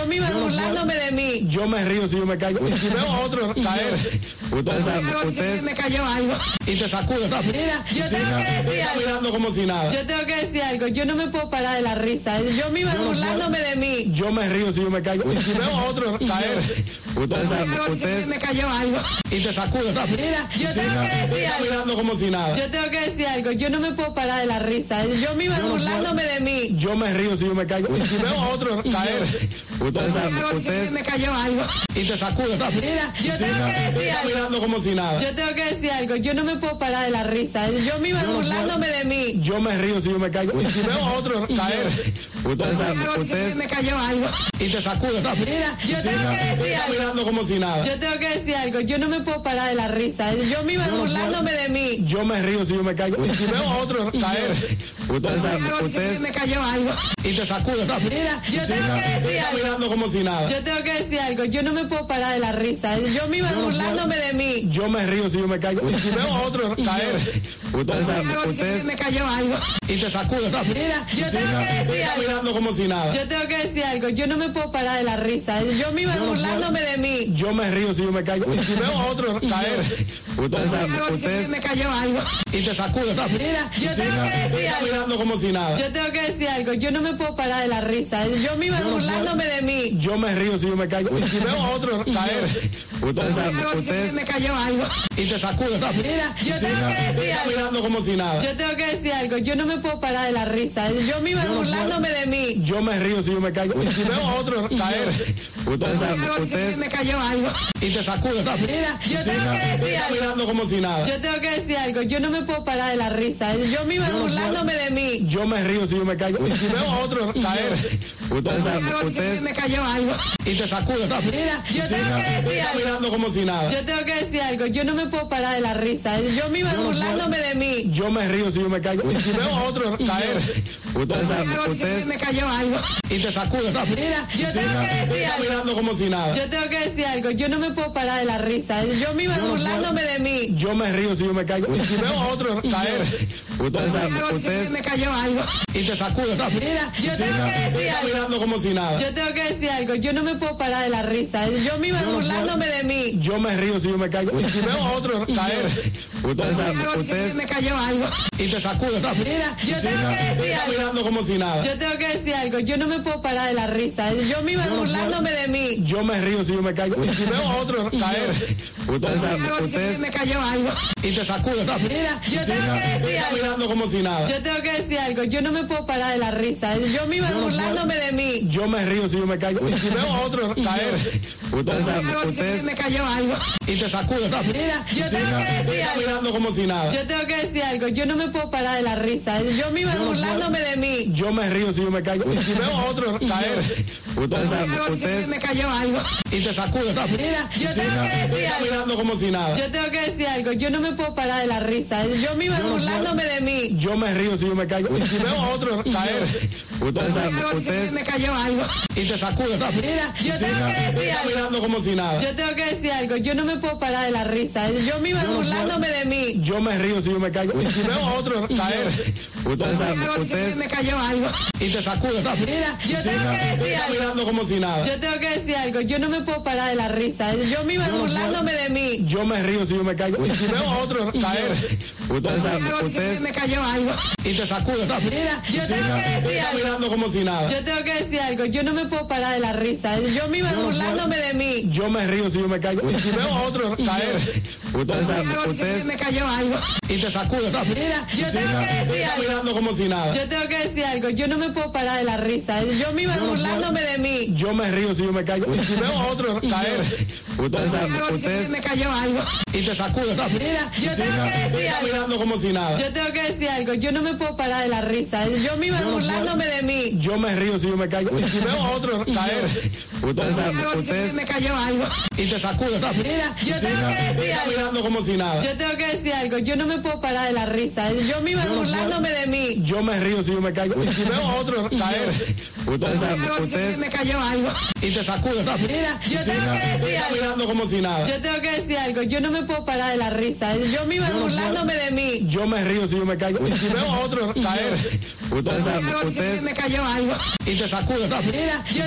Yo me iba burlándome de mí. Yo me río si yo me caigo. Y si veo a otro caer, ustedes saben, ustedes me cayó algo. Y te sacude rápido. Mira, yo tengo sí, que decir algo. Mirando como si nada. Yo tengo que decir algo. Yo no me puedo parar de la risa. Yo me iba yo burlándome no de mí. Yo me río si yo me caigo. Y si veo a otro caer, ustedes saben, ustedes me cayó algo. Y te sacude rápido. Mira, yo sí, tengo que decir algo. Mirando como si nada. Yo tengo que decir algo. Yo no me puedo parar de la risa. Yo me iba yo burlándome no de mí. Yo me río si yo me caigo. Y si veo a otro caer, ustedes saben, ustedes me cayó algo. Y te sacude rápido. Mira, yo tengo que decir algo. Mirando como si nada. Yo tengo que decir algo. Yo no me puedo parar de la risa. Yo me iba burlándome de mí. Yo me río si yo me caigo. Y si veo a otro caer, ustedes saben, ustedes me cayó algo. Y te sacude rápido. Mira, yo tengo que decir algo. Mirando como si nada. Yo tengo que decir algo. Yo no me puedo parar de la risa. Yo me iba burlándome de mí. Yo me río si yo me caigo. Y si veo a otro caer, ustedes saben, ustedes me cayó algo. Y te sacude rápido. Mira, yo tengo que decir algo. Mirando como si nada. Yo tengo que decir algo. Yo no me puedo parar de la risa. Yo me iba burlándome de mí. Yo me río si yo me caigo. Y si veo a otro caer, ustedes saben, ustedes me cayó algo. Y te sacude rápido. Mira, yo tengo que decir algo. Mirando como si nada. Yo tengo que decir algo. Yo no me puedo parar de la risa. Yo me iba burlándome de mí. Yo me río si yo me caigo. Y si veo a otro caer, ustedes saben, ustedes me cayó algo. Y te sacude rápido. Mira, yo tengo que decir algo. Mirando como si nada. Yo tengo que decir algo. Yo no me puedo parar de la risa. Yo me iba burlándome de mí. Yo me río si yo me caigo. Y si veo a otro caer, ustedes saben, ustedes me cayó algo. Y te sacude rápido. Mira, yo tengo que decir algo. Mirando como si nada. Yo tengo que decir algo. Yo no me puedo parar de la risa. Yo me iba burlándome de mí. Yo me río si yo me caigo. Y si veo a otro caer, ustedes saben, ustedes me cayó algo. Y te sacude rápido. Mira, yo tengo que decir algo. Mirando como si nada. Yo tengo que decir algo. Yo no me puedo parar de la risa. Yo me iba burlándome de mí. Yo me río si yo me caigo. Y si veo a otro caer, ustedes saben, ustedes me cayó algo. Y te sacude rápido. Mira, yo tengo que decir algo. Mirando como si nada. Yo tengo que decir algo. Yo no me puedo parar de la risa. Yo me iba burlándome de mí. Yo me río si yo me caigo. Y si veo a otro caer, ustedes saben, ustedes me cayó algo. Y te sacude rápido. Mira, yo tengo que decir algo. Mirando como si nada. Yo tengo que decir algo. Yo no me puedo parar de la risa. Yo me iba burlándome de mí. Yo me río si yo me caigo. Y si veo a otro caer, ustedes saben, ustedes me cayó algo. Y te sacude rápido. Mira, yo tengo que decir algo. Mirando como si nada. Yo tengo que decir algo. Yo no me puedo parar de la risa. Yo me iba burlándome de mí. Yo me río si yo me caigo. Y si veo a otro caer, ustedes saben, ustedes me cayó algo. Y te sacude rápido. Mira, yo tengo que decir algo. Mirando como si nada. Yo tengo que decir algo. Yo no me puedo parar de la risa. Yo me iba burlándome de mí. Yo me río si yo me caigo. Y si veo a otro caer, ustedes saben, ustedes me cayó algo. Y te sacude rápido. Mira, yo tengo que decir algo. Mirando como si nada. Yo tengo que decir algo. Yo no me puedo parar de la risa. Yo me iba burlándome de mí. Yo me río si yo me caigo. Y si veo a otro caer, ustedes saben, ustedes me cayó algo. Y te sacude rápido. Mira, yo tengo que decir algo. Mirando como si nada. Yo tengo que decir algo. Yo no me puedo parar de la risa. Yo me iba burlándome de mí. Yo me río si yo me caigo. Y si veo a otro caer, ustedes saben, ustedes me cayó algo. Y te sacude rápido. Mira, yo tengo que decir algo. Mirando como si nada. Yo tengo que decir algo. Yo no me puedo parar de la risa. Yo me iba burlándome de mí. Yo me río si yo me caigo. Y si veo a otro caer, ustedes saben, ustedes me cayó algo. Y te sacude rápido. Mira, yo tengo que decir algo. Mirando como si nada. Yo tengo que decir algo. Yo no me puedo parar de la risa. Yo me iba burlándome de mí. Yo me río si yo me caigo. Y si veo a otro caer, ustedes saben, ustedes me cayó algo. Y te sacude rápido. Mira, yo tengo que decir algo. Mirando como si nada. Yo tengo que decir algo. Yo no me puedo parar de la risa. Yo me iba burlándome de mí. Yo me río si yo me caigo. Y si veo a otro caer, ustedes saben, ustedes me cayó algo. Y te sacude rápido. Mira, yo tengo que decir algo. Mirando como si nada. Yo tengo que decir algo. Yo no me puedo parar de la risa. Yo me iba burlándome de mí. Yo me río si yo me caigo. Y si veo a otro caer, ustedes saben, ustedes me cayó algo. Y te sacude rápido. Mira, yo tengo que decir algo. Mirando como si nada. Yo tengo que decir algo. Yo no me puedo parar de la risa. Yo me iba burlándome de mí. Yo me río si yo me caigo. Y si veo a otro caer, ustedes saben, ustedes me cayó algo. Y te sacude rápido. Mira, yo tengo que decir algo. Mirando como si nada. Yo tengo que decir algo. Yo no me puedo parar de la risa. Yo me iba burlándome de mí. Yo me río si yo me caigo. Y si veo a otro caer, ustedes saben, ustedes me cayó algo. Y te sacude rápido. Mira, yo tengo que decir algo. Mirando como si nada. Yo tengo que decir algo. Yo no me puedo parar de la risa. Yo me iba burlándome de mí. Yo me río si yo me caigo. Y si veo a otro caer, ustedes saben, ustedes me cayó algo. Y te sacude rápido. Mira, yo tengo que decir algo. Mirando como si nada. Yo tengo que decir algo. Yo no me puedo parar de la risa. Yo me iba burlándome de mí. Yo me río si yo me caigo. Y si veo a otro caer, ustedes saben, ustedes me cayó algo. Y te sacude rápido. Mira, yo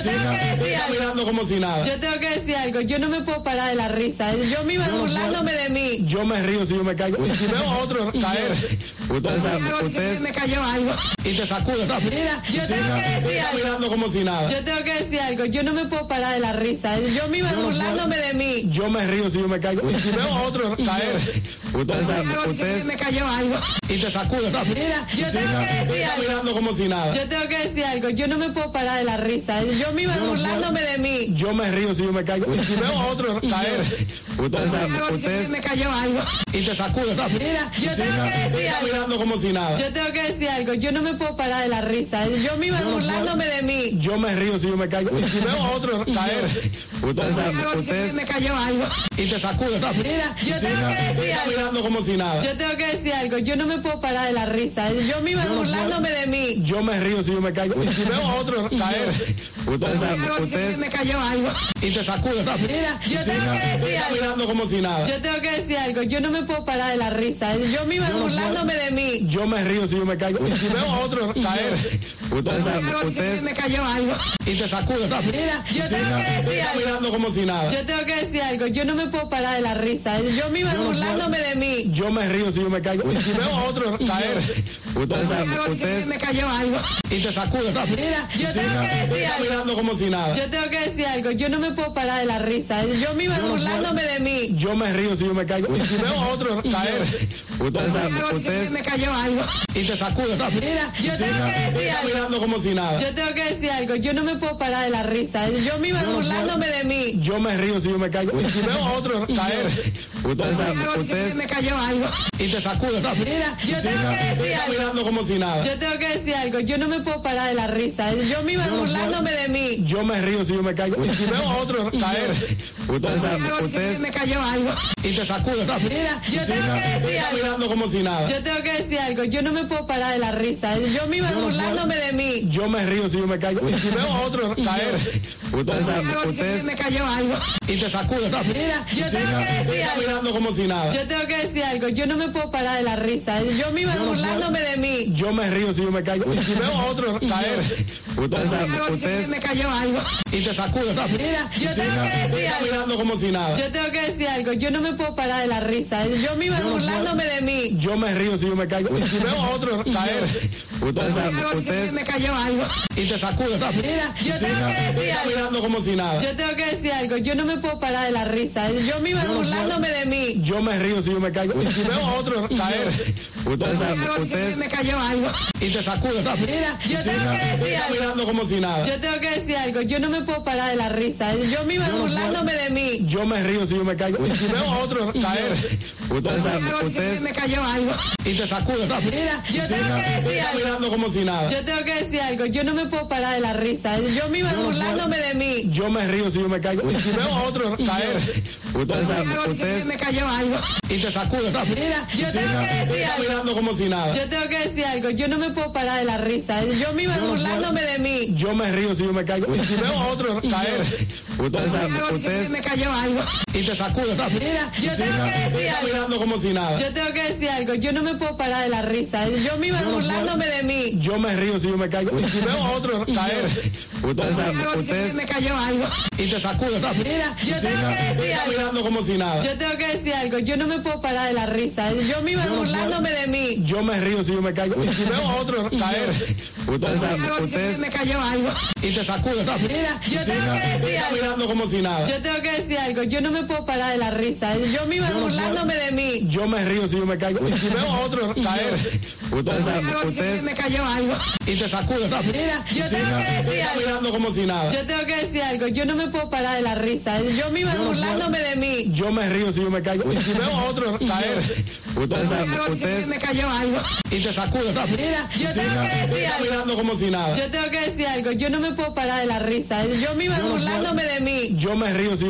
tengo que decir algo. Mirando como si nada. Yo tengo que decir algo. Yo no me puedo parar de la risa. Yo misma yo burlándome no de mí. Yo me río si yo me caigo. Y si veo a otro caer, ustedes saben, ustedes me cayó algo. Y te sacude rápido. Mira, yo sí, tengo no, que decir algo. Mirando como si nada. Yo tengo que decir algo. Yo no me puedo parar de la risa. Yo misma yo burlándome no de mí. Yo me río si yo me caigo. Y si veo a otro caer, ustedes saben, ustedes me cayó algo. Y te sacude rápido. Mira, yo sí, tengo no, que decir algo. Mirando como si nada. Yo tengo que decir algo. Yo no me puedo parar de la risa. Yo misma yo burlándome no de mí. Yo me río si yo me caigo. Y si veo a otro caer, ustedes saben, ustedes me cayó algo. Y te sacude rápido. Mira, yo sí, tengo no, que decir algo. Mirando como si nada. Yo tengo que decir algo. Yo no me puedo parar de la risa. Yo misma yo burlándome de mí. Yo me río si yo me caigo. Y si veo a otro caer, ustedes saben, ustedes me cayó algo. Y te sacude rápido. Mira, yo sí, tengo no, que decir algo. Mirando como si nada. Yo tengo que decir algo. Yo no me puedo parar de la risa. Yo misma yo burlándome de mí. Yo me río si yo me caigo. Y si veo a otro caer, ustedes saben, ustedes me cayó algo. Y te sacude rápido. Mira, yo sí, tengo no, que decir algo. Mirando como si nada. Yo tengo que decir algo. Yo no me puedo parar de la risa. Yo misma yo burlándome de mí. Yo me río si yo me caigo. Y si veo a otro caer, ustedes saben, ustedes me cayó algo. Y te sacude rápido. Mira, yo sí, tengo no, que decir algo. Mirando como si nada. Yo tengo que decir algo. Yo no me puedo parar de la risa. Yo misma yo burlándome de mí. Yo me río si yo me caigo. Y si veo a otro caer, ustedes saben, ustedes me cayó algo. Y te sacude rápido. Mira, yo sí, tengo no, que decir algo. Mirando como si nada. Yo tengo que decir algo. Yo no me puedo parar de la risa. Yo misma burlándome de mí. Yo me río si yo me caigo. Y si veo a otro caer, ustedes saben, ustedes me cayó algo. Y te sacude rápido. Mira, yo sí, tengo no, que decir algo. Mirando como si nada. Yo tengo que decir algo. Yo no me puedo parar de la risa. Yo misma burlándome de mí. Yo me río si yo me caigo. Y si veo a otro caer, ustedes saben, ustedes me cayó algo. Y te sacude rápido. Mira, yo sí, tengo no, que decir algo. Mirando como si nada. Yo tengo que decir algo. Yo no me puedo parar de la risa. Yo misma burlándome de mí. Yo me río si yo me caigo. Y si veo a otro caer, ustedes saben, ustedes me cayó algo. Y te sacude rápido. Mira, yo sí, tengo no, que decir algo. Mirando como si nada. Yo tengo que decir algo. Yo no me puedo parar de la risa. Yo misma burlándome de mí. Yo me río si yo me caigo. Y si veo a otro caer, ustedes saben, ustedes me cayó algo. Y te sacude rápido. Mira, yo sí, tengo no, que decir algo. Mirando como si nada. Yo tengo que decir algo. Yo no me puedo parar de la risa. Yo misma burlándome de mí. Yo me río si yo me caigo. Y si veo a otro caer, ustedes saben, ustedes me cayó algo. Y te sacude rápido. Mira, yo sí, tengo no, que decir algo. Mirando como si nada. Yo tengo que decir algo. Yo no me puedo parar de la risa. Yo misma burlándome de mí. Yo me río si yo me caigo. Y si veo a otro caer, ustedes saben, ustedes me cayó algo. Y te sacude rápido. Mira, yo sí, tengo no, que decir algo. Mirando como si nada. Yo tengo que decir algo. Yo no me puedo parar de la risa. Yo misma burlándome de mí. Yo me río si yo me caigo. Y si veo a otro caer, ustedes saben, ustedes me cayó algo. Y te sacude rápido. Mira, yo sí, tengo no, que decir algo. Mirando como si nada. Yo tengo que decir algo. Yo no me puedo parar de la risa. Yo misma burlándome de mí. Yo me río si yo me caigo. Y si veo a otro caer, ustedes saben, ustedes me cayó algo. Y te sacude rápido. Mira, yo sí, tengo no, que decir algo. Mirando como si nada. Yo tengo que decir algo. Yo no me puedo parar de la risa. Yo misma burlándome de mí. Yo me río si yo me caigo. Y si veo a otro caer, ustedes saben, ustedes me cayó algo. Y te sacude rápido. Mira, yo sí, tengo no, que decir algo. Mirando como si nada. Yo tengo que decir algo. Yo no me puedo parar de la risa. Yo misma burlándome de mí. Yo me río si yo me caigo. Y si veo a otro caer, ustedes saben, ustedes me cayó algo. Y te sacude rápido. Mira, yo sí, tengo no, que decir algo. Mirando como si nada. Yo tengo que decir algo. Yo no me puedo parar de la risa. Yo misma burlándome de mí. Yo me río si yo me caigo. Y si veo a otro caer, ustedes saben, ustedes me cayó algo. Y te sacude rápido. Mira, yo sí, tengo no, que decir algo. Mirando como si nada. Yo tengo que decir algo. Yo no me puedo parar de la risa. Yo misma burlándome de mí. Yo me río si yo me caigo. Y si veo a otro caer, ustedes saben, ustedes me cayó algo. Y te sacude rápido. Mira, yo sí, tengo no, que decir algo. Mirando como si nada. Yo tengo que decir algo. Yo no me puedo parar de la risa. Yo misma burlándome de mí. Yo me río si yo me caigo. Y si veo a otro caer, ustedes saben, ustedes me cayó algo. Y te sacude rápido. Mira, yo sí, tengo no, que decir algo. Mirando como si nada. Yo tengo que decir algo. Yo no me puedo parar de la risa. Yo misma burlándome de mí. Yo me río si yo me caigo. Y si veo a otro caer, ustedes saben, ustedes me cayó algo. Y te sacude rápido. Mira, yo sí, tengo no, que decir algo. Mirando como si nada. Yo tengo que decir algo. Yo no me puedo parar de la risa. Yo misma burlándome de mí. Yo me río si yo me caigo.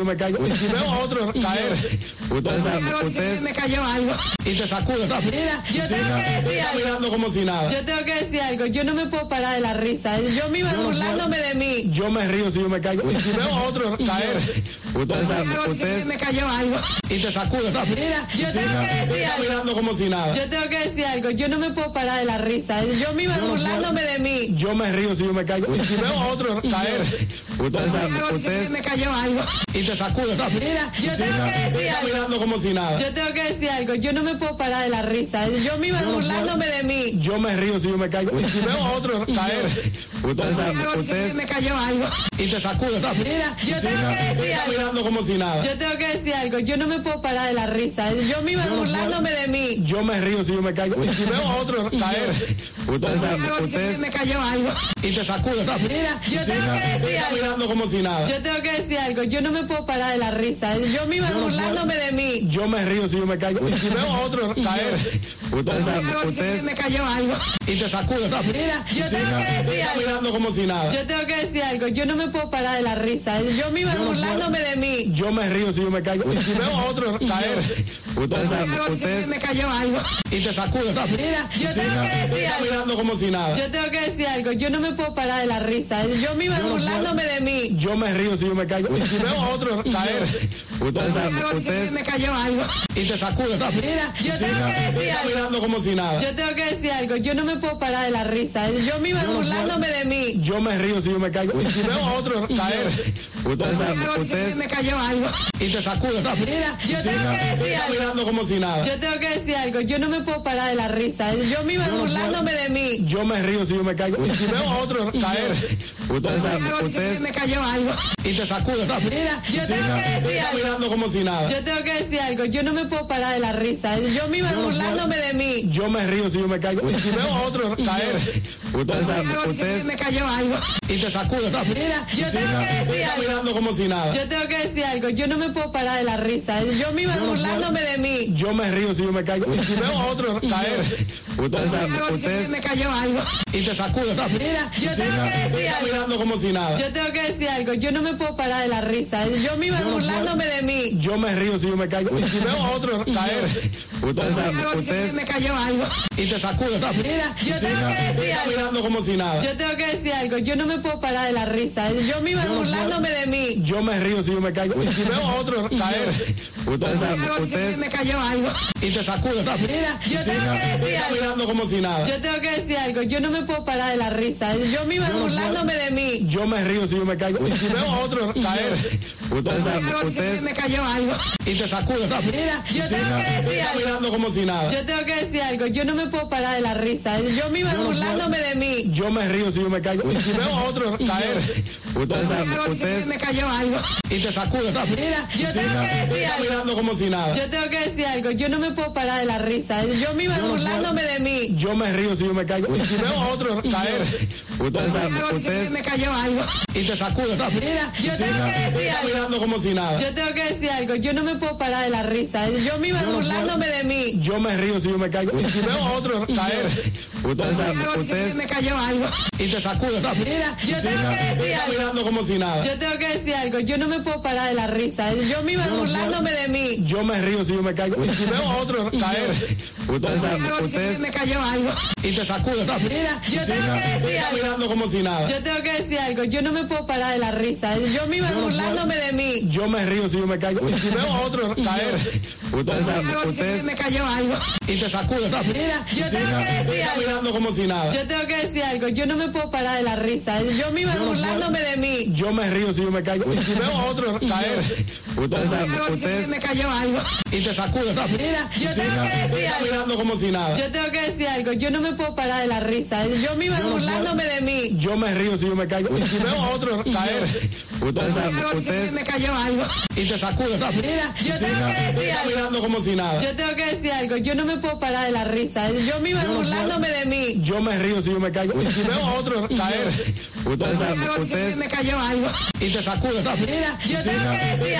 Y si veo a otro caer, ustedes saben, ustedes me cayó algo. Y te sacude rápido. Mira, yo tengo que decir algo. Mirando como si nada. Yo tengo que decir algo. Yo no me puedo parar de la risa. Yo misma Yo no burlándome puedo. de mí. Yo me río si yo me caigo. Y si veo a otro caer, ustedes saben, ustedes me cayó algo. Y te sacude rápido. Mira, yo tengo que decir algo. Mirando como si nada. Yo tengo que decir algo. Yo no me puedo parar de la risa. Yo misma Yo no burlándome puedo. de mí. Yo me río si yo me caigo. Y si veo a otro caer, ustedes saben, ustedes me cayó algo. Y te sacude rápido. Mira, yo tengo que decir algo. Mirando como si nada. Yo tengo que decir algo. Yo no me puedo parar de la risa. Yo misma Yo no burlándome de mí. Yo me río si yo me caigo. Y si veo a otro caer, ustedes saben, ustedes me cayó algo. Y te sacude rápido. Mira, yo tengo que decir algo. Mirando como si nada. Yo tengo que decir algo. Yo no me puedo parar de la risa. Yo misma Yo no burlándome de mí. Yo me río si yo me caigo. Y si veo a otro caer, ustedes saben, ustedes me cayó algo. Y te sacude rápido. Mira, yo tengo que decir algo. Mirando como si nada. Yo tengo que decir algo. Yo no me puedo parar de la risa. Yo misma Yo no burlándome de mí. Yo me río si yo me caigo. Y si veo a otro caer, ustedes saben, ustedes me cayó algo. Y te sacude rápido. Mira, yo tengo que decir algo. Mirando como si nada. Yo tengo que decir algo. Yo no me puedo parar de la risa. Yo misma Yo no burlándome de mí. Yo me río si yo me caigo. Y si veo a otro caer, ustedes saben, ustedes me cayó algo. Y te sacude rápido. Mira, yo tengo que decir algo. Mirando como si nada. Yo tengo que decir algo. Yo no me puedo parar de la risa. Yo misma Yo no burlándome de mí. Yo me río si yo me caigo. Y si veo a otro caer, ustedes saben, ustedes me cayó algo. Y te sacude rápido. Mira, yo tengo que decir algo. Mirando como si nada. Yo tengo que decir algo. Yo no me puedo parar de la risa. Yo misma Yo no burlándome de mí. Yo me río si yo me caigo. Y si veo a otro caer, ustedes saben, ustedes me cayó algo. Y te sacude rápido. Mira, yo tengo que decir algo. Mirando como si nada. Yo tengo que decir algo. Yo no me puedo parar de la risa. Yo misma no burlándome de mí. Yo me río si yo me caigo. Y si veo a otro caer, ustedes saben, ustedes me cayó algo. Y te sacude rápido. Mira, yo tengo que decir algo. Mirando como si nada. Yo tengo que decir algo. Yo no me puedo parar de la risa. Yo misma Yo no burlándome de mí. Yo me río si yo me caigo. Y si veo a otro caer, ustedes saben, ustedes me cayó algo. Y te sacude rápido. Mira, yo tengo que decir algo. Mirando como si nada. Yo tengo que decir algo. Yo no me puedo parar de la risa. Yo misma no burlándome de mí. Yo me río si yo me caigo. Y si veo a otro caer, ustedes saben, ustedes me cayó algo. Y te sacude rápido. Mira, yo tengo que decir algo. Mirando como si nada. Yo tengo que decir algo. Yo no me puedo parar de la risa. Yo misma no burlándome de mí. Yo me río si yo me caigo. Y si veo a otro caer, ustedes saben, ustedes me cayó algo. Y te sacude rápido. Mira, yo tengo que decir algo. Mirando como si nada. Yo tengo que decir algo. Yo no me puedo parar de la risa. Yo misma burlándome de mí. Yo me río si yo me caigo. Y si veo a otro caer, ustedes saben, ustedes me cayó algo. Y te sacude rápido. Mira, yo tengo que decir algo. Mirando como si nada. Yo tengo que decir algo. Yo no me puedo parar de la risa. Yo misma burlándome de mí. Yo me río si yo me caigo. Y si veo a otro caer, ustedes saben, ustedes me cayó algo. Y te sacude rápido. Mira, yo tengo que decir algo. Mirando como si nada. Yo tengo que decir algo. Yo no me puedo parar de la risa. Yo misma burlándome de mí. Yo me río si yo me caigo. Y si veo a otro caer, ustedes saben, ustedes me cayó algo. Y te sacude rápido. Mira, yo tengo que decir algo. Mirando como si nada. Yo tengo que decir algo. Yo no me puedo parar de la risa. Yo misma burlándome de mí. Yo me río si yo me caigo. Y si veo a otro caer, ustedes saben, ustedes me cayó algo. Y te sacude rápido. Mira, yo tengo que decir algo. Mirando como si nada. Yo tengo que decir algo. Yo no me puedo parar de la risa. Yo misma burlándome de mí. Yo me río si yo me caigo. Y si veo a otro caer, ustedes saben, ustedes me cayó algo. Y te sacude rápido. Mira, yo tengo que decir algo. Mirando como si nada. Yo tengo que decir algo. Yo no me puedo parar de la risa. Yo misma burlándome de mí. Yo me río si yo me caigo. Y si veo a otro caer, ustedes saben, ustedes me cayó algo. Y te sacude rápido. Mira, yo tengo que decir algo. Mirando como si nada. Yo tengo que decir algo. Yo no me puedo parar de la risa. Yo misma burlándome de mí. Yo me río si yo me caigo. Y si veo a otro caer, ustedes saben, ustedes me cayó algo. Y te sacude rápido. Mira, yo tengo que decir algo. Mirando como si nada. Yo tengo que decir algo. Yo no me puedo parar de la risa. Yo misma burlándome de mí. Yo me río si yo me caigo. Y si veo a otro caer, ustedes saben, ustedes me cayó algo. Y te sacude rápido. Mira, yo tengo que decir algo. Mirando como si nada. Yo tengo que decir algo. Yo no me puedo parar de la risa. Yo misma burlándome de mí. Yo me río si yo me caigo. Y si veo a otro caer, ustedes saben, ustedes me cayó algo. Y te sacude rápido. Mira, yo tengo que decir algo. Mirando como si nada. Yo tengo que decir algo. Yo no me puedo parar de la risa. Yo misma burlándome de mí. Yo me río si yo me caigo. Y si veo a otro caer, ustedes saben, ustedes me cayó algo. Y te sacude rápido. Mira, yo tengo que decir algo. Mirando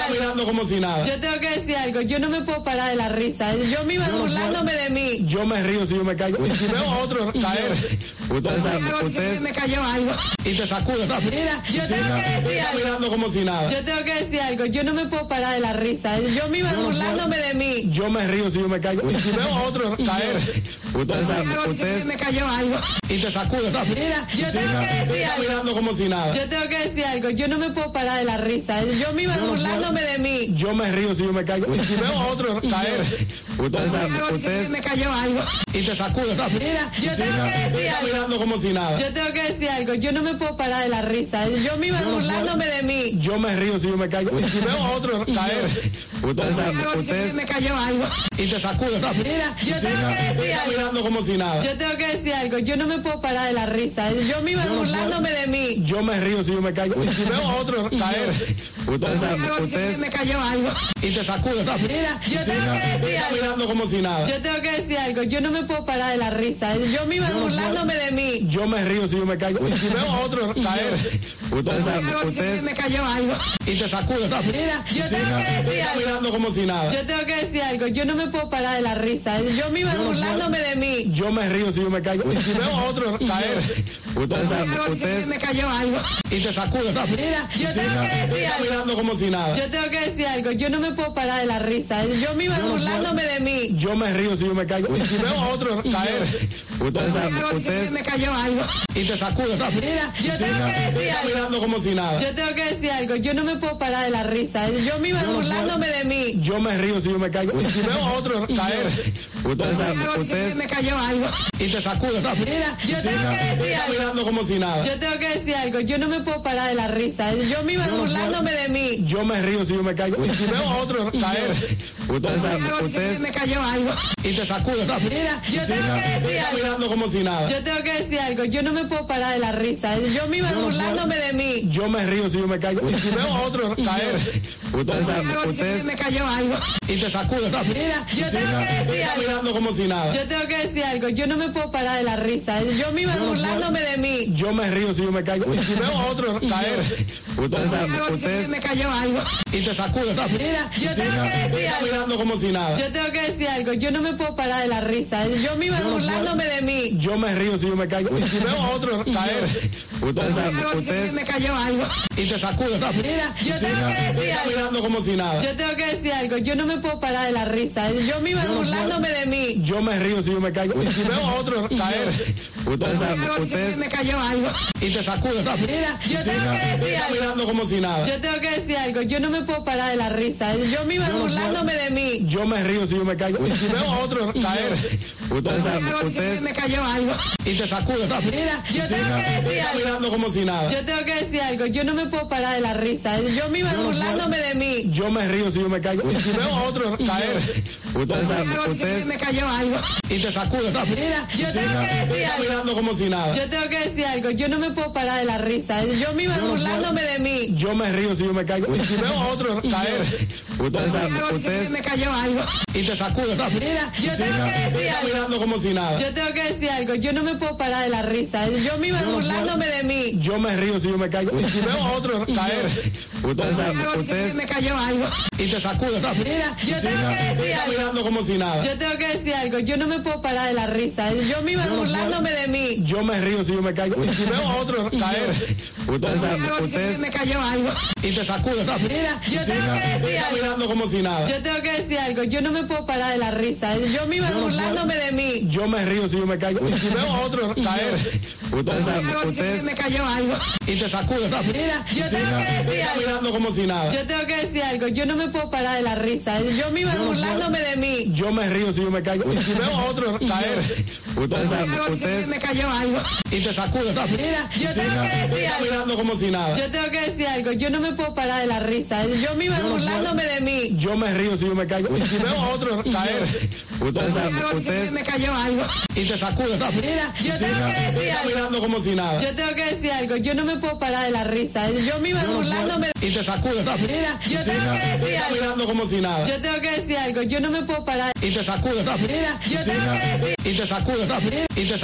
mirando como si nada. Yo tengo que decir algo, yo no me puedo parar de la risa. Yo misma Yo no burlándome puedo. de mí. Yo me río si yo me caigo. Y si veo a otro caer, ustedes saben, ustedes me cayó algo. y te sacuden rápido. Mira, yo Sí, tengo no, que decir está algo. mirando como si nada. Yo tengo que decir algo, yo no me puedo parar de la risa. Yo misma Yo no burlándome puedo. de mí. Yo me río si yo me caigo. Y si veo a otro caer, ustedes saben, ustedes me cayó algo. y te sacuden rápido. Mira, yo Sí, tengo no, que decir está algo. mirando como si nada. Yo tengo que decir algo, yo no me puedo parar de la risa. Yo misma Yo no burlándome puedo. de mí. Yo me río si yo me caigo. Y si veo a otro caer, ustedes saben, ustedes me cayó algo. y te sacuden rápido. Mira, yo Sí, tengo no, que decir está algo. mirando como si nada. Yo tengo que decir algo, yo no me puedo parar de la risa. Yo misma Yo no burlándome de mí. Yo me río si yo me caigo. Y si veo a otro caer, ustedes saben, ustedes me cayó algo. y te sacuden rápido. Mira, yo Sí, tengo no, que decir está algo. mirando como si nada. Yo tengo que decir algo, yo no me puedo parar de la risa. Yo misma Yo no burlándome de mí. Yo me río si yo me caigo. Y si veo a otro caer, ustedes saben, ustedes me cayó algo. y te sacuden rápido. Mira, yo Sí, tengo no, que decir está algo. mirando como si nada. Yo tengo que decir algo, yo no me puedo parar de la risa. Yo misma Yo no burlándome de mí. Yo me río si yo me caigo. Y si veo a otro caer, ustedes saben, ustedes me cayó algo. y te sacuden rápido. Mira, yo Sí, tengo no, que decir está algo. mirando como si nada. Yo tengo que decir algo, yo no me puedo parar de la risa. Yo misma Yo no burlándome de mí. Yo me río si yo me caigo. Y si veo a otro caer, ustedes saben, ustedes me cayó algo. y te sacuden rápido. Mira, yo Sí, tengo no, que decir está algo. mirando como si nada. Yo tengo que decir algo, yo no me puedo parar de la risa. Yo misma Yo no burlándome de mí. Yo me río si yo me caigo. Y si veo a otro caer, ustedes saben, ustedes me cayó algo. y te sacuden rápido. Mira, yo Sí, tengo no, que decir está algo. mirando como si nada. Yo tengo que decir algo, yo no me puedo parar de la risa. Yo misma Yo no burlándome de mí. Yo me río si yo me caigo. Y si veo a otro caer, ustedes saben, ustedes me cayó algo. y te sacuden rápido. Mira, yo Sí, tengo no, que decir está algo. mirando como si nada. Yo tengo que decir algo, yo no me puedo parar de la risa. Yo misma Yo no burlándome de mí. Yo me río si yo me caigo. Y si veo a otro caer, ustedes saben, ustedes me cayó algo. y te sacuden rápido. Mira, yo Sí, tengo no, que decir está algo. mirando como si nada. Yo tengo que decir algo, yo no me puedo parar de la risa. Yo misma Yo no burlándome de mí. Yo me río si yo me caigo. Y si veo a otro caer, ustedes saben, ustedes me cayó algo. y te sacuden rápido. Mira, yo Sí, tengo no, que decir está algo. mirando como si nada. Yo tengo que decir algo, yo no me puedo parar de la risa. Yo misma Yo no burlándome de mí. Yo me río si yo me caigo. Y si veo a otro caer, ustedes saben, ustedes me cayó algo. y te sacuden rápido. Mira, yo Sí, tengo no, que decir está algo. mirando como si nada. Yo tengo que decir algo, yo no me puedo parar de la risa. Yo misma Yo no burlándome de mí. Yo me río si yo me caigo. Y si veo a otro caer, ustedes saben, ustedes me cayó algo. y te sacuden rápido. Mira, yo Sí, tengo no, que decir está algo. mirando como si nada. Yo tengo que decir algo, yo no me puedo parar de la risa. Yo misma Yo no burlándome de mí. Yo me río si yo me caigo. Y si veo a otro caer, ustedes saben, ustedes me cayó algo. y te sacuden rápido. Mira, yo Sí, tengo no, que decir está algo. mirando como si nada. Yo tengo que decir algo, yo no me puedo parar de la risa. Yo misma Yo no burlándome de mí. Yo me río si yo me caigo. Y si veo a otro caer, ustedes saben, ustedes me cayó algo. y te sacuden rápido. Mira, yo Sí, tengo no, que decir está algo. mirando como si nada. Yo tengo que decir algo, yo no me puedo parar de la risa. Yo misma Yo no burlándome de mí. Yo me río si yo me caigo. Y si veo a otro caer, ustedes saben, ustedes me cayó algo. y te sacuden rápido. Mira, yo Sí, tengo no, que decir está algo. mirando como si nada. Yo tengo que decir algo, yo no me puedo parar de la risa. Yo misma Yo no burlándome de mí. Yo me río si yo me caigo. Y si veo a otro caer, ustedes saben, ustedes me cayó algo. y te sacuden rápido. Mira, yo Sí, tengo no, que decir está algo. mirando como si nada. Yo tengo que decir algo, yo no me puedo parar de la risa. Yo misma Yo no burlándome de mí. Yo me río si yo me caigo. Y si veo a otro caer, ustedes saben, ustedes me cayó algo. y te sacuden rápido. Mira, yo Sí, tengo no, que decir está algo. mirando como si nada. Yo tengo que decir algo, yo no me puedo parar de la risa. Yo misma Yo no burlándome de mí. Yo me río si yo me caigo. Y si veo a otro caer, ustedes saben, ustedes me cayó algo. y te sacuden rápido. Mira, yo Sí, tengo no, que decir está algo. mirando como si nada. Yo tengo que decir algo, yo no me puedo parar de la risa. Yo misma Yo no burlándome de mí. Yo me río si yo me caigo. Y si veo a otro caer, ustedes saben, ustedes me cayó algo. y te sacuden rápido. Mira, yo Sí, tengo no, que decir está algo. mirando como si nada. Yo tengo que decir algo, yo no me puedo parar de la risa. Yo misma Yo no burlándome de mí. Yo me río si yo me caigo. Y si veo a otro caer, ustedes saben, ustedes me cayó algo. y te sacuden rápido. Mira, yo Sí, tengo no, que decir está algo. mirando como si nada. Yo tengo que decir algo, yo no me puedo parar de la risa. Yo misma Yo no burlándome de mí. Yo me río si yo me caigo. Y si veo a otro caer, ustedes saben, ustedes me cayó algo. y te sacuden rápido. Mira, yo Sí, tengo no, que decir está algo. mirando como si nada. Yo tengo que decir algo, yo no me puedo parar de la risa. Yo misma Yo no burlándome de y te sacuden rápido. Mira, yo Sí, tengo no, que decir está algo. mirando como si nada. Yo tengo que decir algo, yo no me puedo parar. Y te sacuden rápido. Mira, yo Sí, tengo no, que decir y te sacuden rápido. Y te